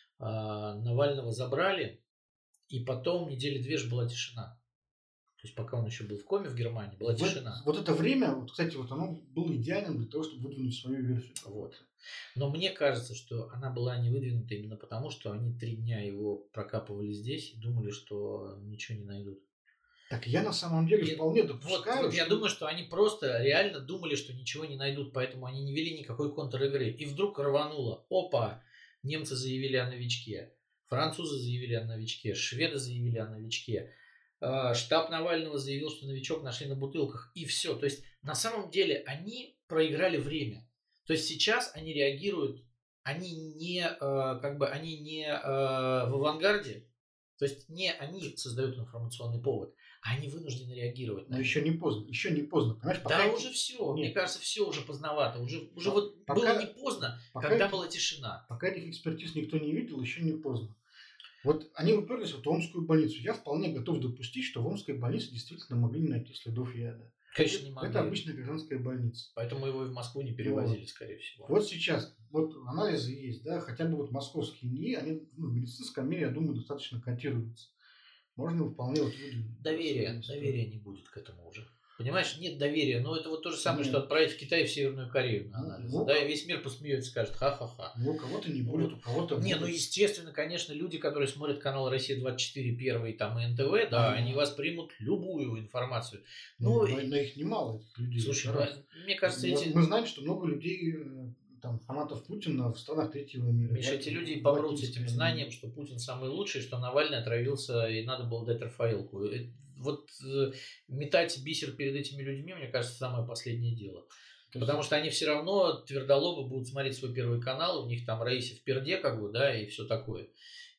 А, Навального забрали, и потом недели две же была тишина. То есть пока он еще был в коме в Германии, была Вот, тишина. вот это время, вот, кстати, вот оно было идеальным для того, чтобы выдвинуть свою версию. Вот. Но мне кажется, что она была не выдвинута именно потому, что они три дня его прокапывали здесь и думали, что ничего не найдут. Так я на самом деле И вполне вот, допускаю, вот я что... думаю, что они просто реально думали, что ничего не найдут, поэтому они не вели никакой контр-игры. И вдруг рвануло. Опа! Немцы заявили о новичке, французы заявили о новичке, шведы заявили о новичке. А, Штаб Навального заявил, что новичок нашли на бутылках. И все. То есть на самом деле они проиграли время. То есть сейчас они реагируют, они не, э, как бы, они не э, в авангарде, то есть не они создают информационный повод, а они вынуждены реагировать на Но это. еще не поздно, еще не поздно, понимаешь? Да, Пока... уже все. Нет. Мне кажется, все уже поздновато. Уже, уже По- вот пока- было не поздно, пока когда это- была тишина. Пока этих экспертиз никто не видел, еще не поздно. Вот они уперлись в эту Омскую больницу. Я вполне готов допустить, что в Омской больнице действительно могли не найти следов яда. Конечно, не Это могли. обычная гражданская больница. Поэтому его и в Москву не перевозили, скорее всего. Вот сейчас, вот анализы есть, да, хотя бы вот московские НИИ, они ну, в медицинском мире, я думаю, достаточно котируются. Можно вполне вот выдвинуть. Доверия, свою доверия историю. не будет к этому уже. Понимаешь, нет доверия. Но это вот то же самое, Нет. что отправить в Китай и в Северную Корею на Ну, анализ. ну, Да, и весь мир посмеется, скажет ха-ха-ха. Ну, у кого-то не Ну, будет, у кого-то Не, будет. ну естественно, конечно, люди, которые смотрят канал Россия двадцать четыре, Первый там и эн тэ вэ, да, Ага. они воспримут любую информацию. Ну, Ну, но, но их немало, этих людей. слушай, это ну, раз. мне кажется, мы, эти, мы знаем, что много людей, э, там, фанатов Путина в странах третьего мира. Миша, в эти Лати- люди в помрут с Латинской этим знанием, что Путин самый лучший, что Навальный отравился и надо было дать Рафаэлку. Э, Вот э, метать бисер перед этими людьми, мне кажется, самое последнее дело. То есть- Потому что они все равно твердолобы будут смотреть свой первый канал, у них там Раиса в перде, как бы, да, и все такое.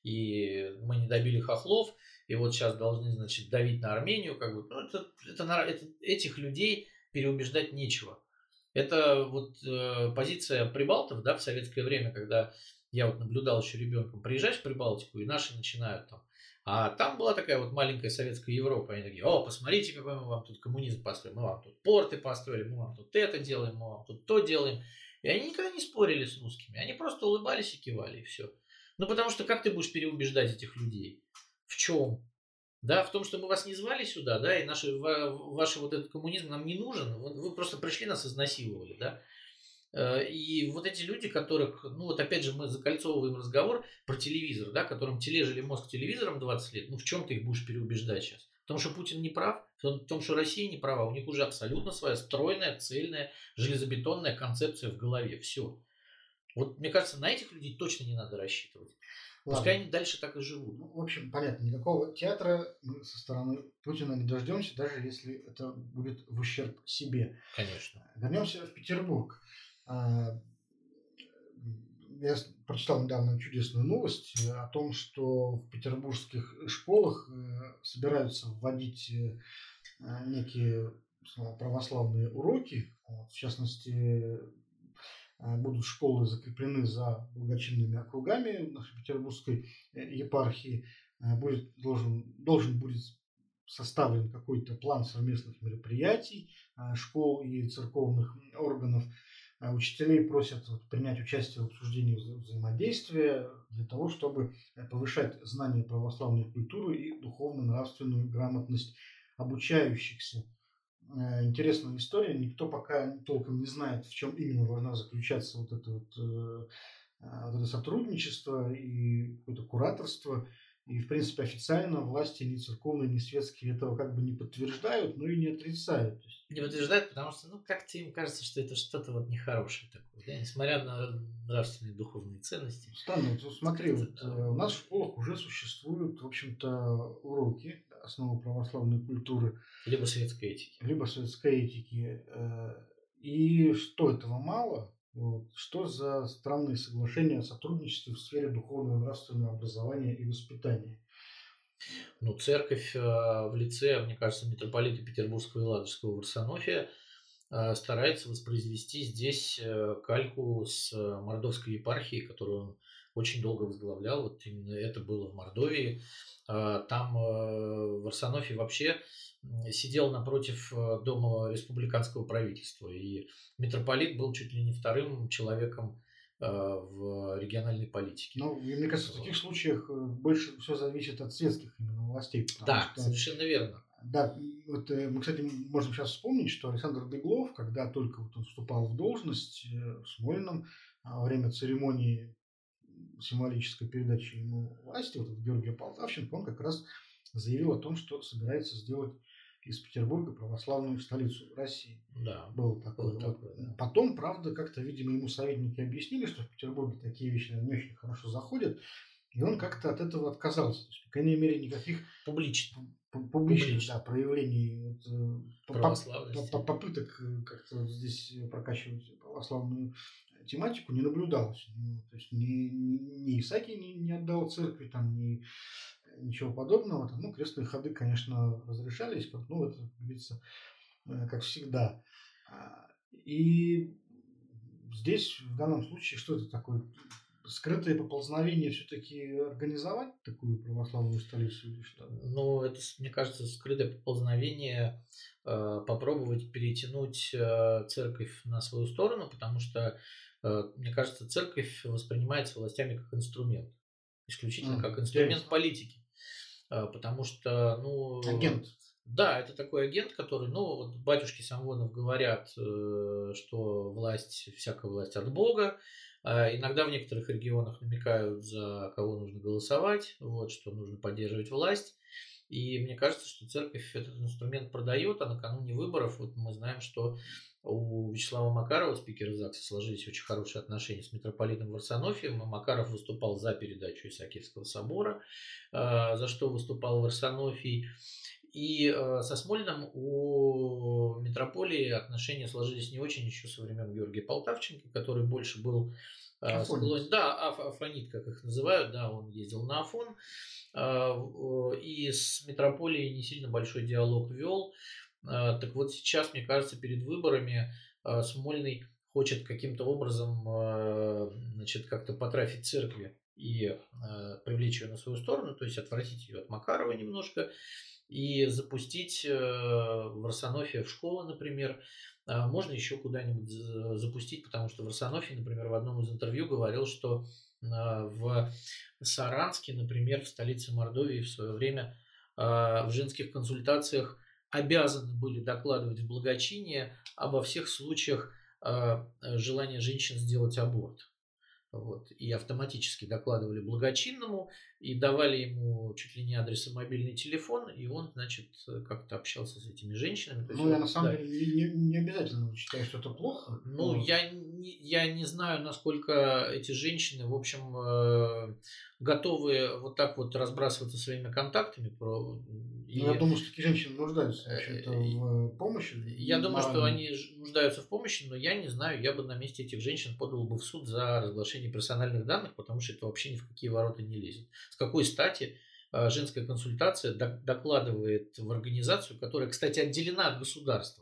И мы не добили хохлов, и вот сейчас должны, значит, давить на Армению, как бы. Ну, это, это, на- это- этих людей переубеждать нечего. Это вот э, позиция прибалтов, да, в советское время, когда я вот наблюдал еще ребенком, приезжаешь в Прибалтику, и наши начинают там. А там была такая вот маленькая советская Европа. Они такие: о, посмотрите, какой мы вам тут коммунизм построили. Мы вам тут порты построили, мы вам тут это делаем, мы вам тут то делаем. И они никогда не спорили с русскими. Они просто улыбались и кивали, и все. Ну, потому что как ты будешь переубеждать этих людей? В чем? Да, в том, что мы вас не звали сюда, да, и наши, ваш вот этот коммунизм нам не нужен. Вы просто пришли, нас изнасиловали, да. И вот эти люди, которых, ну вот опять же мы закольцовываем разговор про телевизор, да, которым тележили мозг телевизором двадцать лет, ну в чем ты их будешь переубеждать сейчас? В том, что Путин не прав, в том, что Россия не права, у них уже абсолютно своя стройная, цельная, железобетонная концепция в голове, все. Вот мне кажется, на этих людей точно не надо рассчитывать. Ладно. Пускай они дальше так и живут. Ну, в общем, понятно, никакого театра мы со стороны Путина не дождемся, даже если это будет в ущерб себе. Конечно. Вернемся в Петербург. А, Я с- прочитал недавно чудесную новость э, о том, что в петербургских школах э, собираются вводить э, э, некие снова православные уроки. Вот, в частности, э, будут школы закреплены за благочинными округами нашей петербургской э, епархии. Э, Будет, должен, должен будет составлен какой-то план совместных мероприятий э, школ и церковных органов. Э, Учителей просят вот принять участие в обсуждении вза- взаимодействия для того, чтобы э, повышать знания православной культуры и духовно-нравственную грамотность обучающихся. Э, Интересная история. Никто пока толком не знает, в чем именно должна заключаться вот это вот, э, э, вот это сотрудничество и какое-то кураторство. И, в принципе, официально власти ни церковные, ни светские этого как бы не подтверждают, но и не отрицают. То есть, Не подтверждает, потому что, ну, как-то им кажется, что это что-то вот нехорошее такое, да, несмотря на нравственные духовные ценности. странно, вот смотри, Как-то, вот, э, у нас в школах уже существуют, в общем-то, уроки основы православной культуры, либо светской этики. либо советской этики. э, И что, этого мало? Вот. Что за странные соглашения о сотрудничестве в сфере духовного и нравственного образования и воспитания? Ну, церковь э, в лице, мне кажется, митрополита Петербургского и Ладожского Варсонофия э, старается воспроизвести здесь э, кальку с э, Мордовской епархией, которую он очень долго возглавлял. Вот именно это было в Мордовии. А, Там э, Варсонофий вообще м, сидел напротив э, дома республиканского правительства. И митрополит был чуть ли не вторым человеком э, в региональной политике. Ну, и мне кажется, в таких Вот. случаях э, больше все зависит от светских именно властей, потому Да, что, совершенно верно. да, вот э, мы, кстати, можем сейчас вспомнить, что Александр Беглов, когда только вот он вступал в должность э, в Смольном, а, во время церемонии символической передачи ему власти, вот от Георгия Полтавченко, он как раз заявил о том, что собирается сделать из Петербурга православную столицу России. Да, Было такое. было Вот. такое, да. Потом, правда, как-то, видимо, ему советники объяснили, что в Петербурге такие вещи наверное, не очень хорошо заходят, и он как-то от этого отказался. То есть, по крайней мере, никаких Публично. пу- публичных Публично. да, проявлений, вот, э, по- по- Православности. по- попыток э, как-то вот здесь прокачивать православную тематику не наблюдалось. Ну, то есть ни, ни, ни Исаакий не, не отдал церкви, там, ни ничего подобного. Там, ну, крестные ходы, конечно, разрешались, как, ну, это, как говорится, э, как всегда. А, И здесь, в данном случае, что это такое? Скрытое поползновение все-таки организовать такую православную столицу или что? Ну, это, с- мне кажется, скрытое поползновение э, попробовать перетянуть э, церковь на свою сторону, потому что, э, мне кажется, церковь воспринимается властями как инструмент, исключительно М, как инструмент интересно. политики. Э, Потому что, ну, Агент. да, это такой агент, который, ну, вот батюшки Самвонов говорят, э, что власть, всякая власть от Бога. А Иногда в некоторых регионах намекают, за кого нужно голосовать, вот, что нужно поддерживать власть. И мне кажется, что церковь этот инструмент продает, а накануне выборов, вот мы знаем, что у Вячеслава Макарова, спикера ЗАГСа, сложились очень хорошие отношения с митрополитом Варсонофием, и Макаров выступал за передачу Исаакиевского собора, э, за что выступал Варсонофий. И э, со Смольным у митрополии отношения сложились не очень еще со времен Георгия Полтавченко, который больше был э, склонен, Афонец. да, аф- афонит, как их называют, да, он ездил на Афон, э, в- и с митрополией не сильно большой диалог вел. Э, Так вот сейчас, мне кажется, перед выборами э, Смольный хочет каким-то образом, э, значит, как-то потрафить церкви и э, привлечь ее на свою сторону, то есть отвратить ее от Макарова немножко и запустить э, в Варсонофия в школы, например. А Можно еще куда-нибудь за- запустить, потому что Варсонофий, например, в одном из интервью говорил, что а, в Саранске, например, в столице Мордовии в свое время а, в женских консультациях обязаны были докладывать в благочиние обо всех случаях а, желания женщин сделать аборт. Вот. И автоматически докладывали благочинному и давали ему чуть ли не адрес и мобильный телефон, и он, значит, как-то общался с этими женщинами. То есть Ну, я вот, на самом да. деле не, не- не обязательно считаю, что это плохо. Ну, Вот. я не, я не знаю, насколько эти женщины, в общем, э, готовы вот так вот разбрасываться своими контактами. Про, Но я и думаю, что такие женщины нуждаются, в общем-то, э, в помощи Я думаю, что моральной. они ж- нуждаются в помощи, но я не знаю, я бы на месте этих женщин подал бы в суд за разглашение персональных данных, потому что это вообще ни в какие ворота не лезет. С какой стати э, женская консультация док- докладывает в организацию, которая, кстати, отделена от государства,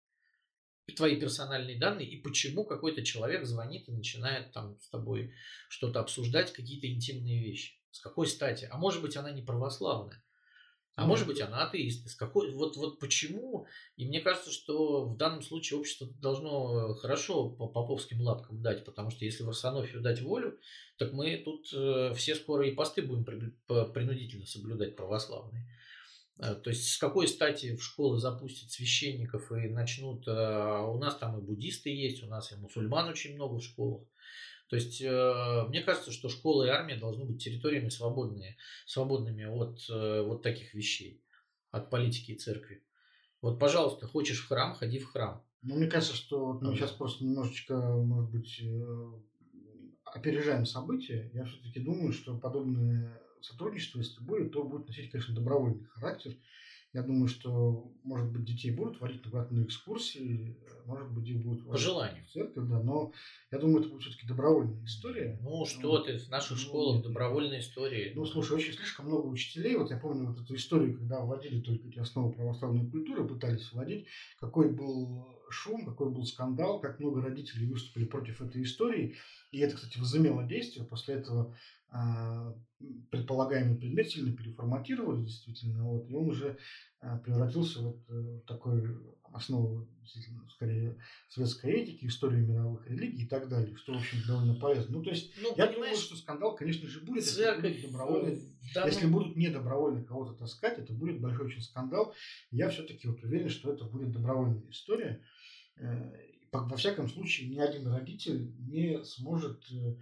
твои персональные данные, и почему какой-то человек звонит и начинает там с тобой что-то обсуждать, какие-то интимные вещи? С какой стати? А может быть, она не православная? А может Может быть, быть. она атеист. Из какой, вот, вот почему? И мне кажется, что в данном случае общество должно хорошо по поповским лапкам дать, потому что если Варсонофию дать волю, так мы тут э, все скоро и посты будем при- по- принудительно соблюдать православные. Э, То есть с какой стати в школы запустят священников и начнут... э, У нас там и буддисты есть, у нас и мусульман очень много в школах. То есть, э, мне кажется, что школа и армия должны быть территориями свободные, свободными от э, вот таких вещей, от политики и церкви. Вот, пожалуйста, хочешь в храм, ходи в храм. Но мне кажется, что вот мы сейчас Вот. просто немножечко, может быть, э, опережаем события. Я все-таки думаю, что подобное сотрудничество, если будет, то будет носить, конечно, добровольный характер. Я думаю, что, может быть, детей будут водить на платные экскурсии, э, может быть, их будут По водить желанию. в церковь, да, но я думаю, это будет все-таки добровольная история. Ну что Вот. ты, в наших Ну, школах нет, нет, нет. добровольные истории. Ну, Ну, слушай, очень слишком много учителей. Вот я помню вот эту историю, когда вводили только эти основы православной культуры, пытались вводить, какой был шум, какой был скандал, как много родителей выступили против этой истории. И это, кстати, возымело действие. После этого а, предполагаемый предмет сильно переформатировали, действительно, вот, и он уже а, превратился вот, э, в такой основу, действительно, скорее, светской этики, истории мировых религий и так далее, что, в общем, довольно полезно. Ну, то есть, ну, я думаю, понимаешь, что скандал, конечно же, будет, если церковь будут э, добровольно, в если данном... будут не добровольно кого-то таскать, это будет большой очень скандал. Я все-таки вот уверен, что это будет добровольная история. Э, Во всяком случае, ни один родитель не сможет, э,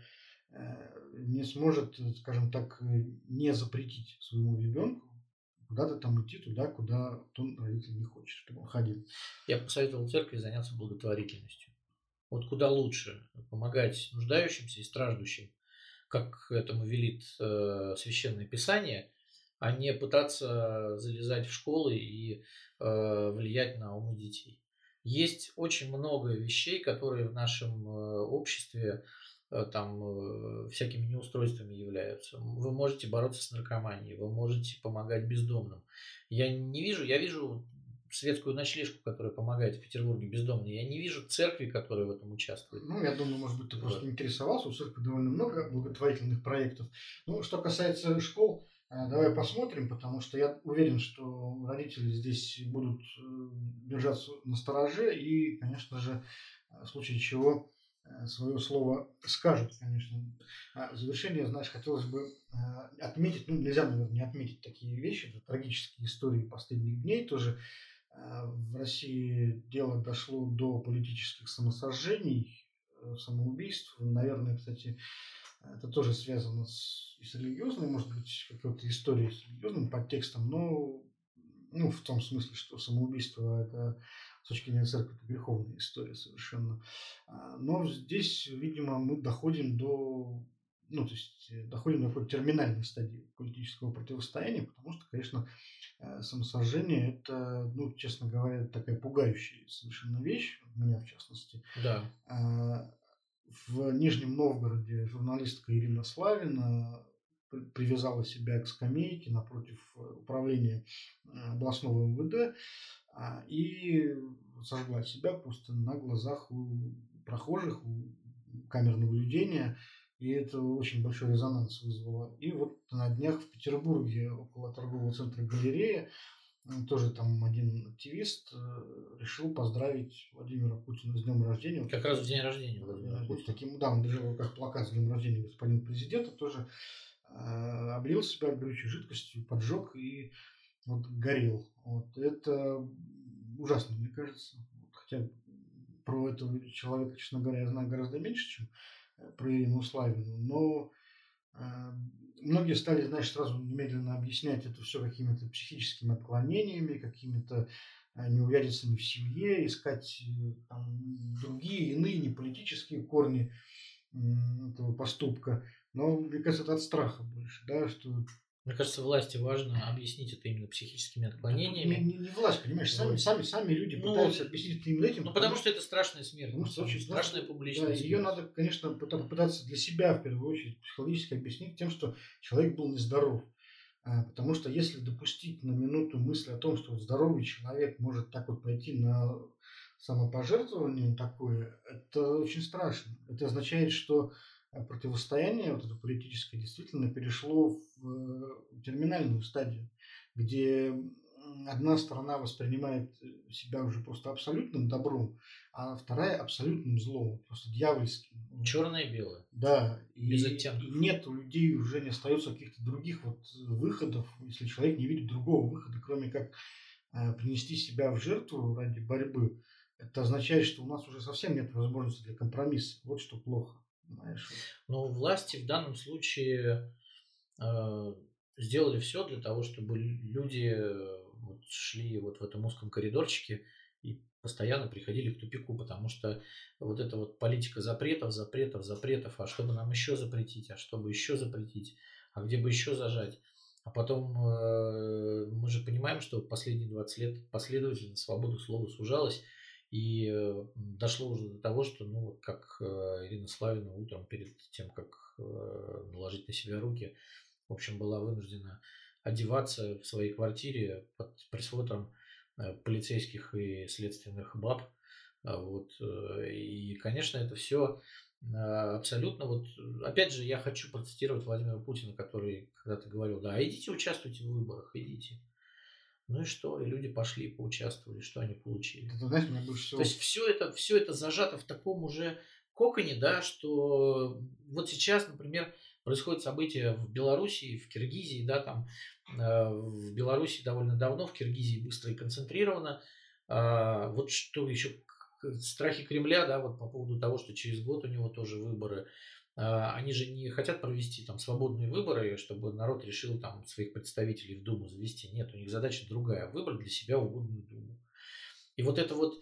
э, не сможет, э, скажем так, э, не запретить своему ребенку куда-то там идти туда, куда он, родитель, не хочет, чтобы он ходил. Я бы посоветовал церкви заняться благотворительностью. Вот куда лучше помогать нуждающимся и страждущим, как этому велит э, Священное Писание, а не пытаться залезать в школы и э, влиять на умы детей. Есть очень много вещей, которые в нашем э, обществе э, там э, всякими неустройствами являются. Вы можете бороться с наркоманией, вы можете помогать бездомным. Я не вижу, я вижу светскую ночлежку, которая помогает в Петербурге бездомным. Я не вижу церкви, которая в этом участвует. Ну, я думаю, может быть, ты просто Вот. не интересовался. У церкви довольно много благотворительных проектов. Ну, что касается школ, э, давай посмотрим, потому что я уверен, что родители здесь будут э, держаться на стороже и, конечно же, э, в случае чего э, свое слово скажут, конечно. А в завершение, знаешь, хотелось бы э, отметить, ну, нельзя, наверное, не отметить такие вещи, это трагические истории последних дней тоже. Э, В России дело дошло до политических самосожжений, э, самоубийств. Наверное, кстати, это тоже связано с, и с религиозной, может быть, какой-то историей с религиозным подтекстом, но ну, в том смысле, что самоубийство это с точки зрения церкви это греховная история совершенно. А, Но здесь, видимо, мы доходим до ну, то есть э, доходим до какой-то терминальной стадии политического противостояния, потому что, конечно, э, самосожжение это, ну, честно говоря, такая пугающая совершенно вещь, меня в частности. Да. А, В Нижнем Новгороде журналистка Ирина Славина при- привязала себя к скамейке напротив э, управления э, областного эм вэ дэ а, и сожгла себя просто на глазах у прохожих, у камер наблюдения. И это очень большой резонанс вызвало. И вот на днях в Петербурге около торгового центра «Галерея» м, тоже там один активист э, решил поздравить Владимира Путина с днем рождения. Вот Как раз в таким, день рождения да, день Владимира рождения. Путина. Таким, да, он держал в руках плакат с днем рождения господина президента, тоже э, облил себя горючей жидкостью, поджег и вот горел. Вот это ужасно, мне кажется. Вот, хотя про этого человека, честно говоря, я знаю гораздо меньше, чем э, про Ирину Славину, но э, многие стали, знаешь, сразу немедленно объяснять это все какими-то психическими отклонениями, какими-то э, неурядицами в семье, искать э, там, другие, иные, не политические корни м, этого поступка. Но, мне кажется, это от страха больше, да, что Мне кажется, власти важно объяснить это именно психическими да тут не, отклонениями. не, не власть, понимаешь, сами, Вот. сами, сами люди Ну, пытаются объяснить это именно этим, ну, потому потому что, что это страшная смерть, потому на что самом очень, деле. знаешь, Страшная да, публичная ее смерть. надо, конечно, пыта- попытаться для себя в первую очередь психологически объяснить тем, что человек был нездоров. А, Потому что если допустить на минуту мысль о том, что вот здоровый человек может так вот пойти на самопожертвование такое, это очень страшно. Это означает, что э, противостояние вот это политическое действительно перешло в э, терминальную стадию, где м, одна сторона воспринимает э, себя уже просто абсолютным добром, а вторая абсолютным злом, просто дьявольским. Вот. Черное и белое. Да, Без и, и оттенков. нет у людей уже не остается каких-то других вот выходов, если человек не видит другого выхода, кроме как э, принести себя в жертву ради борьбы. Это означает, что у нас уже совсем нет возможности для компромисса. Вот что плохо. Понимаешь, вот. Но власти в данном случае э, сделали все для того, чтобы лю- люди э, вот шли вот в этом узком коридорчике и постоянно приходили к тупику, потому что вот эта вот политика запретов, запретов, запретов, а чтобы нам еще запретить, а чтобы еще запретить, а где бы еще зажать. А потом э, мы же понимаем, что последние двадцать лет последовательно свобода слова сужалась, и э, дошло уже до того, что, ну, вот как э, Ирина Славина утром перед тем, как э, наложить на себя руки, в общем, была вынуждена одеваться в своей квартире под присмотром э, полицейских и следственных баб. А Вот. э, И, конечно, это все абсолютно вот... э, Опять же, я хочу процитировать Владимира Путина, который когда-то говорил, да, идите участвуйте в выборах, идите. Ну и что? И люди пошли, поучаствовали, что они получили? Это, ты знаешь, меня больше То есть всего... все это, все это зажато в таком уже коконе, да, что вот сейчас, например, происходят события в Белоруссии, в Киргизии, да, там э, в Беларуси довольно давно, в Киргизии быстро и концентрировано. А, вот что еще страхи Кремля, да, вот по поводу того, что через год у него тоже выборы. А, Они же не хотят провести там свободные выборы, чтобы народ решил там своих представителей в Думу завести. Нет, у них задача другая – выбрать для себя угодную Думу. И вот эта вот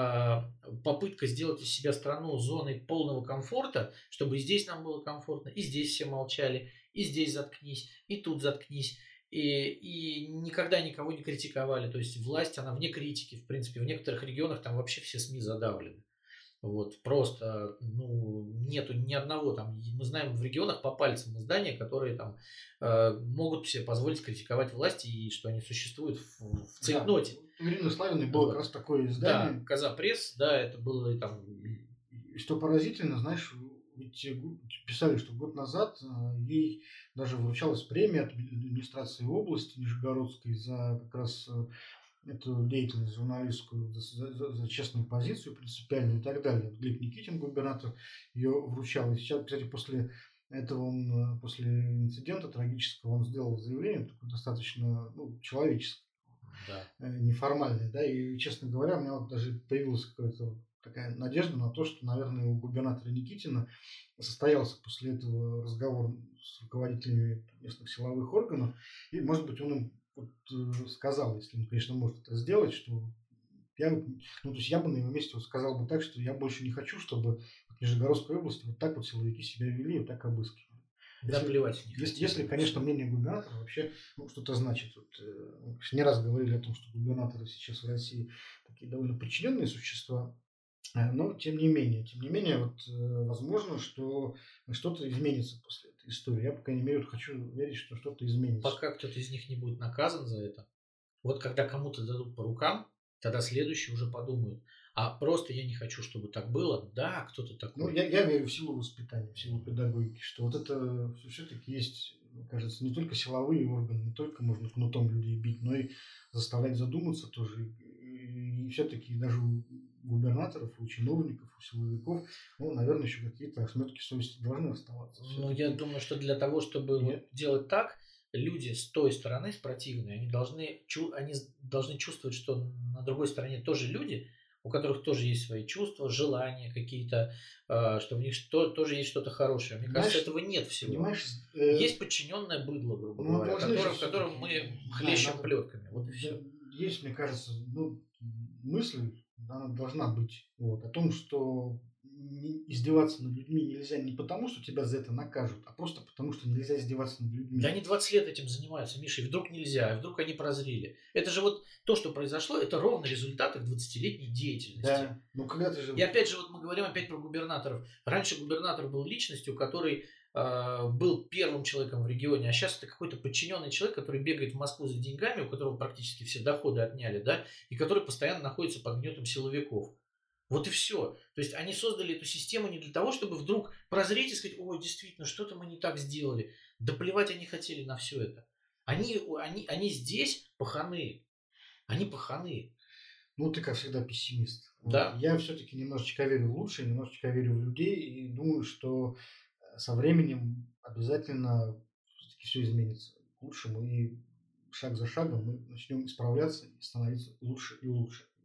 а, попытка сделать из себя страну зоной полного комфорта, чтобы и здесь нам было комфортно, и здесь все молчали, и здесь заткнись, и тут заткнись, и, и никогда никого не критиковали. То есть власть, она вне критики, в принципе. В некоторых регионах там вообще все СМИ задавлены. Вот, просто, ну, нету ни одного там, мы знаем в регионах по пальцам издания, которые там э, могут себе позволить критиковать власти и что они существуют в, в Да, цейтноте. у Ирины Славиной было как Вот. раз такое Да, издание. Коза Пресс, да, это было и там... И, и что поразительно, знаешь, ведь писали, что год назад а, ей даже вручалась премия от администрации области Нижегородской за как раз э, эту деятельность журналистскую, за, за- за честную позицию принципиальную и так далее. Вот Глеб Никитин, губернатор, ее вручал. И сейчас, кстати, после этого он, э, после инцидента трагического, он сделал заявление, такое достаточно ну, человеческое, Да. э, неформальное, да, и, честно говоря, у меня вот даже появилась какая-то вот такая надежда на то, что, наверное, у губернатора Никитина состоялся после этого разговор с руководителями местных силовых органов, и, может быть, он им вот, э, сказал, если он, конечно, может это сделать, что я, вот, ну, то есть я бы на его месте вот сказал бы так, что я больше не хочу, чтобы в Нижегородской области вот так вот силовики себя вели, вот так обыскивали. Да, Если, плевать не если, хотели если, конечно, вообще. мнение губернатора вообще ну, что-то значит. Вот, э, мы не раз говорили о том, что губернаторы сейчас в России такие довольно подчиненные существа, э, но тем не менее, тем не менее, вот, э, возможно, что что-то изменится после этой истории. Я, по крайней мере, вот хочу верить, что что-то изменится. Пока кто-то из них не будет наказан за это, вот когда кому-то дадут по рукам, тогда следующие уже подумают. А просто я не хочу, чтобы так было. Да, кто-то Ну, такой. я, я верю в силу воспитания, в силу педагогики, что вот это все-таки есть, мне кажется, не только силовые органы, не только можно кнутом людей бить, но и заставлять задуматься тоже. И, и все-таки даже у губернаторов, у чиновников, у силовиков, ну, наверное, еще какие-то осметки совести должны оставаться. Ну, я Все-таки думаю, что для того, чтобы я, вот делать так, люди с той стороны, с противной, они должны, чу- они с- должны чувствовать, что на другой стороне тоже люди, у которых тоже есть свои чувства, желания какие-то, а, что в них что, тоже есть что-то хорошее. Мне кажется, понимаешь, этого нет всего. понимаешь, э, Есть подчиненное быдло, грубо ну, говоря, должны же которым, которым все-таки, мы да, хлещем надо, плетками. Вот и да, все. есть, мне кажется, ну, мысль, она должна быть, вот, о том, что не- издеваться над людьми нельзя не потому, что тебя за это накажут, а просто потому, что нельзя издеваться над Да людьми. они двадцать лет этим занимаются, Миша, и вдруг нельзя, и вдруг они прозрели. Это же вот то, что произошло, это ровно результат их двадцатилетней деятельности. Да, ну когда ты же, И опять же, вот мы говорим опять про губернаторов. Раньше губернатор был личностью, который э, был первым человеком в регионе, а сейчас это какой-то подчиненный человек, который бегает в Москву за деньгами, у которого практически все доходы отняли, да, и который постоянно находится под гнетом силовиков. Вот и все. То есть они создали эту систему не для того, чтобы вдруг прозреть и сказать, ой, действительно, что-то мы не так сделали. Да плевать они хотели на все это. Они, они, они здесь паханы. Они паханы. ну ты как всегда пессимист. Вот. Да, Я все-таки немножечко верю в лучшее, немножечко верю в людей и думаю, что э, со временем обязательно все-таки все изменится к лучшему и шаг за шагом мы начнем исправляться и становиться лучше и лучше.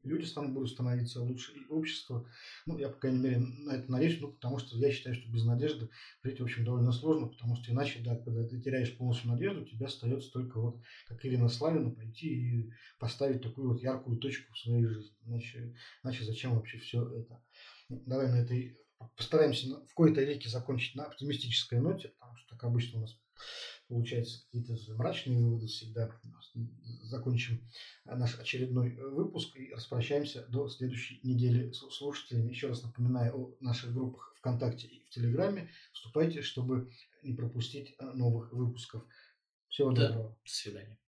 люди станут, будут становиться лучше, и общество. Ну, я, по крайней мере, на это надеюсь, ну, потому что я считаю, что без надежды жить, в общем, довольно сложно, потому что иначе, да, когда ты теряешь полностью надежду, у тебя остается только вот, как Ирина Славина, пойти и поставить такую вот яркую точку в своей жизни. Иначе, иначе зачем вообще все это? Ну, давай на этой постараемся на- в какой-то веке закончить на оптимистической ноте, потому что, как обычно, у нас получается какие-то мрачные выводы всегда. Закончим наш очередной выпуск и распрощаемся до следующей недели с слушателями. Еще раз напоминаю о наших группах ВКонтакте и в Телеграме. Вступайте, чтобы не пропустить э, новых выпусков. Всего Да, доброго. до свидания.